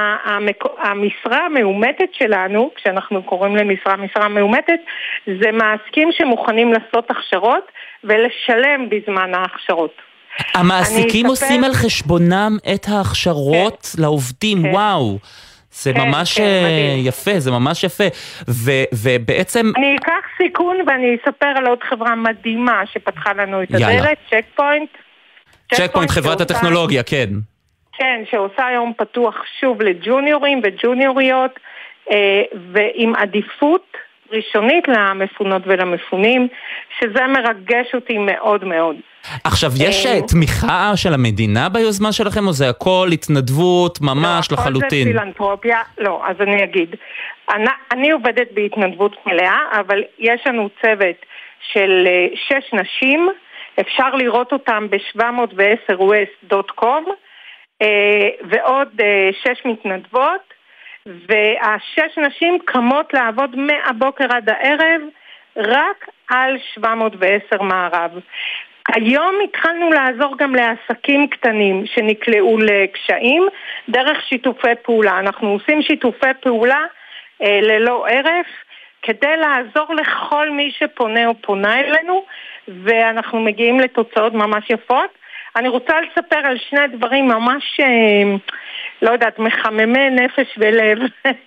המשרה המאומתת שלנו, כשאנחנו קוראים למשרה משרה מאומתת, זה מעסיקים שמוכנים לעשות הכשרות ולשלם בזמן ההכשרות. המעסיקים עושים על חשבונם את ההכשרות כן. לעובדים, כן. וואו. זה כן, ממש כן, יפה, זה ממש יפה. ו- ובעצם... אני אקח סיכון ואני אספר על עוד חברה מדהימה שפתחה לנו את הדלת, צ'ק פוינט. צ'ק פוינט, חברת הטכנולוגיה, כן. כן, שעושה היום פתוח שוב לג'וניורים וג'וניוריות, ועם עדיפות ראשונית למפונות ולמפונים, שזה מרגש אותי מאוד מאוד. עכשיו, יש תמיכה של המדינה ביוזמה שלכם, או זה הכל התנדבות ממש לחלוטין? לא, הכל זה פילנתרופיה, לא, אז אני אגיד. אני, אני עובדת בהתנדבות מלאה, אבל יש לנו צוות של שש נשים, אפשר לראות אותם ב-שבע מאות ועשר ווסט דוט קום, ועוד שש מתנדבות, והשש נשים קמות לעבוד מהבוקר עד הערב, רק על שבע מאות ועשר מערב. היום התחלנו לעזור גם לעסקים קטנים שנקלעו לקשיים דרך שיתופי פעולה. אנחנו עושים שיתופי פעולה אה, ללא ערף כדי לעזור לכל מי שפונה או פונה אלינו, ואנחנו מגיעים לתוצאות ממש יפות. אני רוצה לספר על שני דברים ממש, אה, לא יודעת, מחממי נפש ולב.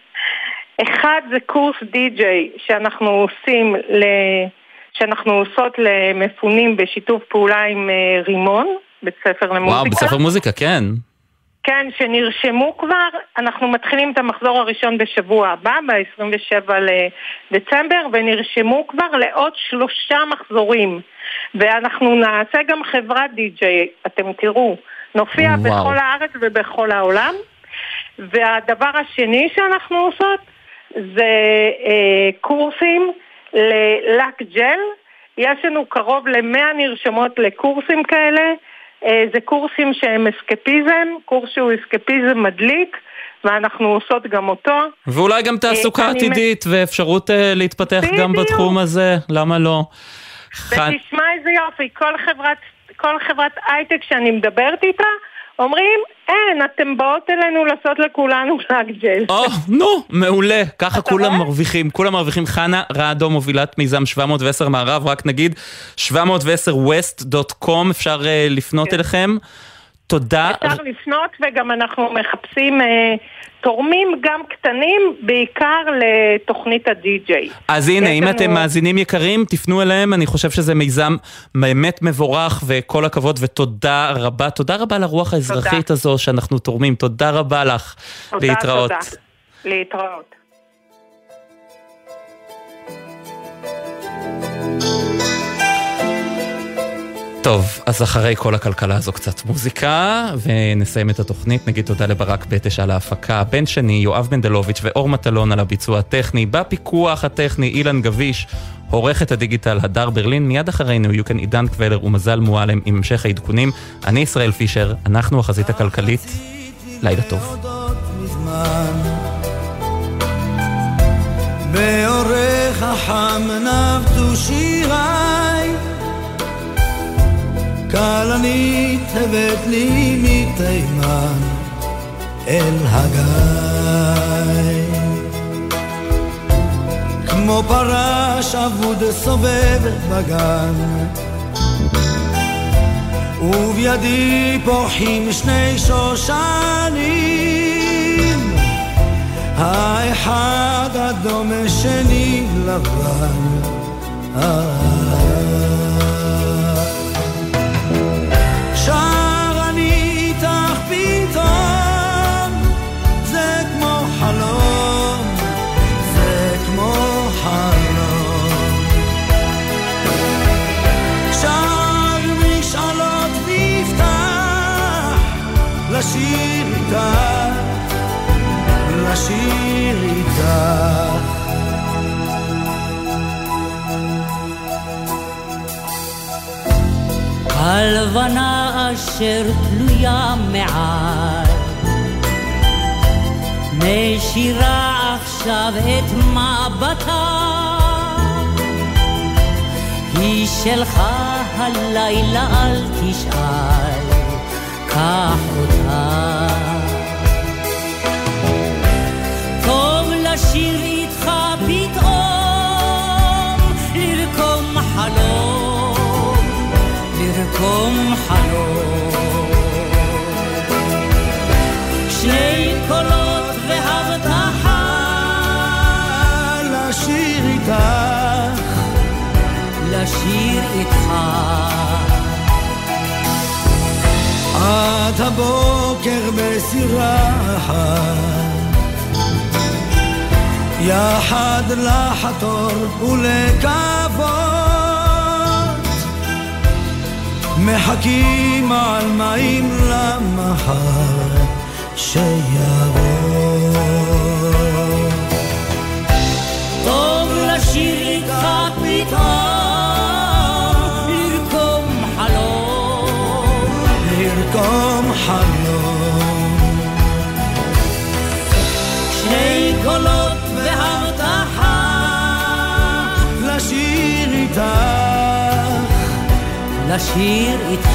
אחד זה קורס די-ג'יי שאנחנו עושים ל... שאנחנו עושות למפונים בשיתוף פעולה עם רימון, בית ספר למוזיקה. וואו, בית ספר מוזיקה, כן. כן, שנרשמו כבר, אנחנו מתחילים את המחזור הראשון בשבוע הבא, ב-עשרים ושבעה לדצמבר, ונרשמו כבר לעוד שלושה מחזורים. ואנחנו נעשה גם חברת די-ג'יי, אתם תראו, נופיע וואו. בכל הארץ ובכל העולם. והדבר השני שאנחנו עושות, זה אה, קורסים, ללק ג'ל. יש לנו קרוב למאה נרשמות לקורסים כאלה. זה קורסים שהם אסקפיזם, קורס שהוא אסקפיזם מדליק, ואנחנו עושות גם אותו. ואולי גם תעסוקה עתידית ואפשרות להתפתח גם בתחום הזה, למה לא? ותשמע איזה יופי, כל חברת, כל חברת הייטק שאני מדברת איתה, אומרים, אין, אתם באות אלינו לעשות לכולנו לק ג'ל. או, נו, מעולה. ככה כולם מרוויחים. כולם מרוויחים. חנה רעדו, מובילת מיזם שבע מאות ועשר מערב, רק נגיד, שבע מאות ועשר ווסט דוט קום, אפשר לפנות אליכם. תודה. אפשר לפנות, וגם אנחנו מחפשים תורמים גם קטנים, בעיקר לתוכנית הדי-ג'יי. אז הנה, אם אתם מאזינים יקרים, תפנו אליהם, אני חושב שזה מיזם באמת מבורך, וכל הכבוד ותודה רבה, תודה רבה לרוח האזרחית הזו שאנחנו תורמים, תודה רבה לך. תודה, להתראות. תודה. להתראות. טוב, אז אחרי כל הכלכלה הזו קצת מוזיקה, ונסיים את התוכנית. נגיד תודה לברק בטש על ההפקה, בן שני, יואב מנדלוביץ' ואור מטלון על הביצוע הטכני, בפיקוח הטכני אילן גביש, עורכת הדיגיטל הדר ברלין. מיד אחרינו יהיו כאן עידן קבלר ומזל מועלם עם המשך העדכונים. אני ישראל פישר, אנחנו החזית הכלכלית. לילה טוב. באורך החם נבטו שיריי, כלנית הבאת לי מתימן אל הגיא, כמו פרש אבוד סובב בגן, ובידי פורחים שני שושנים, האחד אדום השני לבן. שר אני איתך פתאום, זה כמו חלום, זה כמו חלום. שר משאלות נפתח, לשיר איתך, לשיר איתך. הלבנה אשר תלויה מעל, נשירה עכשיו את מבטה, היא שלך הלילה אל תשאל, קח אותה. טוב לשיר איתך פתאום, לרקום חלום, לרקום חלום. שני קולות והבטחה, לשיר איתך, לשיר איתך. עד הבוקר בסירה יחד לחתור ולקוות, מחכים על מים למחר שיבוא. טוב לשיר איתך פתאום, לרקום חלום, לרקום חלום. שני קולות והבטחה, לשיר איתך, לשיר איתך.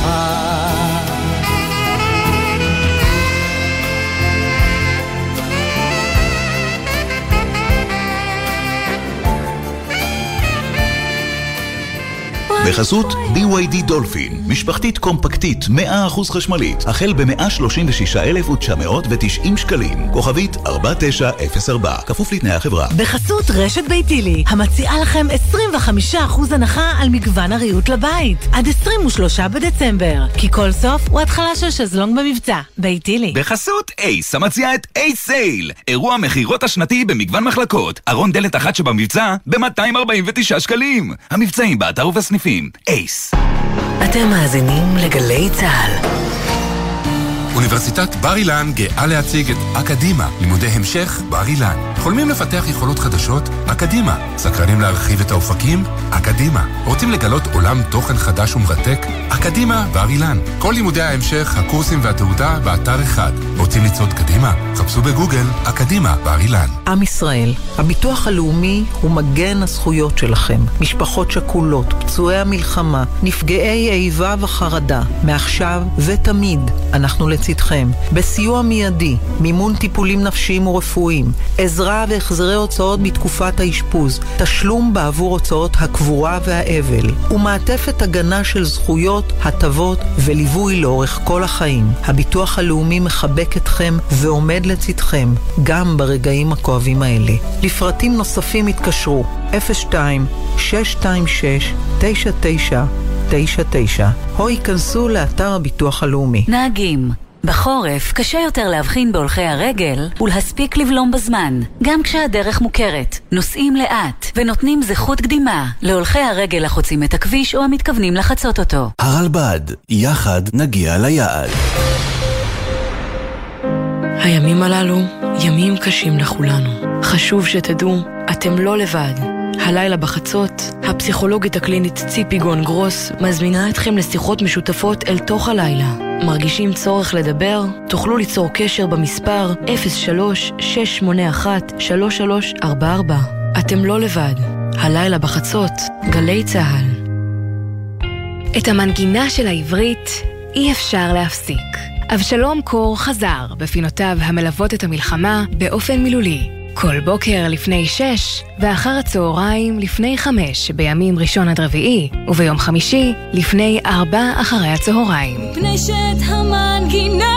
בחסות בי וואי די דולפין, משפחתית קומפקטית מאה אחוז חשמלית, החל ב-מאה שלושים ושישה אלף ותשע מאות ותשעים שקלים, כוכבית ארבע תשע אפס ארבע, כפוף לתנאי החברה. בחסות רשת ביתילי, המציעה לכם עשרים וחמישה אחוז הנחה על מגוון הריהוט לבית, עד עשרים ושלושה בדצמבר, כי כל סוף הוא התחלה של שזלונג במבצע. ביתילי. בחסות אייס, המציעה את אייס סייל, אירוע מחירות השנתי במגוון מחלקות, ארון דלת אחת שבמבצע ב-מאתיים ארבעים ותשעה שקלים. המבצעים באתר ובסניפים. אייס. אתם מאזינים לגלי צהל. אוניברסיטת בר אילן גאה להציג את אקדימה, לימודי המשך בר אילן. חולמים לפתח יכולות חדשות? אקדימה. סקרנים להרחיב את האופקים? אקדימה. רוצים לגלות עולם תוכן חדש ומרתק? אקדימה בר אילן. כל לימודי ההמשך, הקורסים והתעודה באתר אחד. רוצים לצעוד קדימה? חפשו בגוגל אקדימה בר אילן. עם ישראל, הביטוח הלאומי הוא מגן הזכויות שלכם. משפחות שכולות, פצועי המלחמה, נפגעי איבה וחרדה. מעכשיו ותמיד אנחנו לצדכם. בסיוע מיידי, מימון טיפולים נפשיים ורפואיים, עזרה עזרה והחזרי הוצאות בתקופת האשפוז, תשלום בעבור הוצאות הקבורה והאבל, ומעטפת הגנה של זכויות, הטבות וליווי לאורך כל החיים. הביטוח הלאומי מחבק אתכם ועומד לצדכם, גם ברגעים הכואבים האלה. לפרטים נוספים התקשרו אפס שתיים שש שתיים שש תשע תשע תשע תשע או ייכנסו לאתר הביטוח הלאומי. נהגים, בחורף קשה יותר להבחין בהולכי הרגל ולהספיק לבלום בזמן, גם כשהדרך מוכרת. נוסעים לאט ונותנים זכות קדימה להולכי הרגל החוצים את הכביש או המתכוונים לחצות אותו. הרלב"ד, יחד נגיע ליעד. הימים הללו ימים קשים לכולנו. חשוב שתדעו, אתם לא לבד. הלילה בחצות, הפסיכולוגית הקלינית ציפי גון גרוס מזמינה אתכם לשיחות משותפות אל תוך הלילה. מרגישים צורך לדבר? תוכלו ליצור קשר במספר אפס שלוש שש שמונה אחת שלוש שלוש ארבע ארבע. אתם לא לבד. הלילה בחצות, גלי צהל. את המנגינה של העברית אי אפשר להפסיק. אבשלום קור חזר בפינותיו המלוות את המלחמה באופן מילולי. כל בוקר לפני שש, ואחר הצהריים לפני חמש, בימים ראשון עד רביעי, וביום חמישי לפני ארבע אחרי הצהריים. פני שאת המנגינה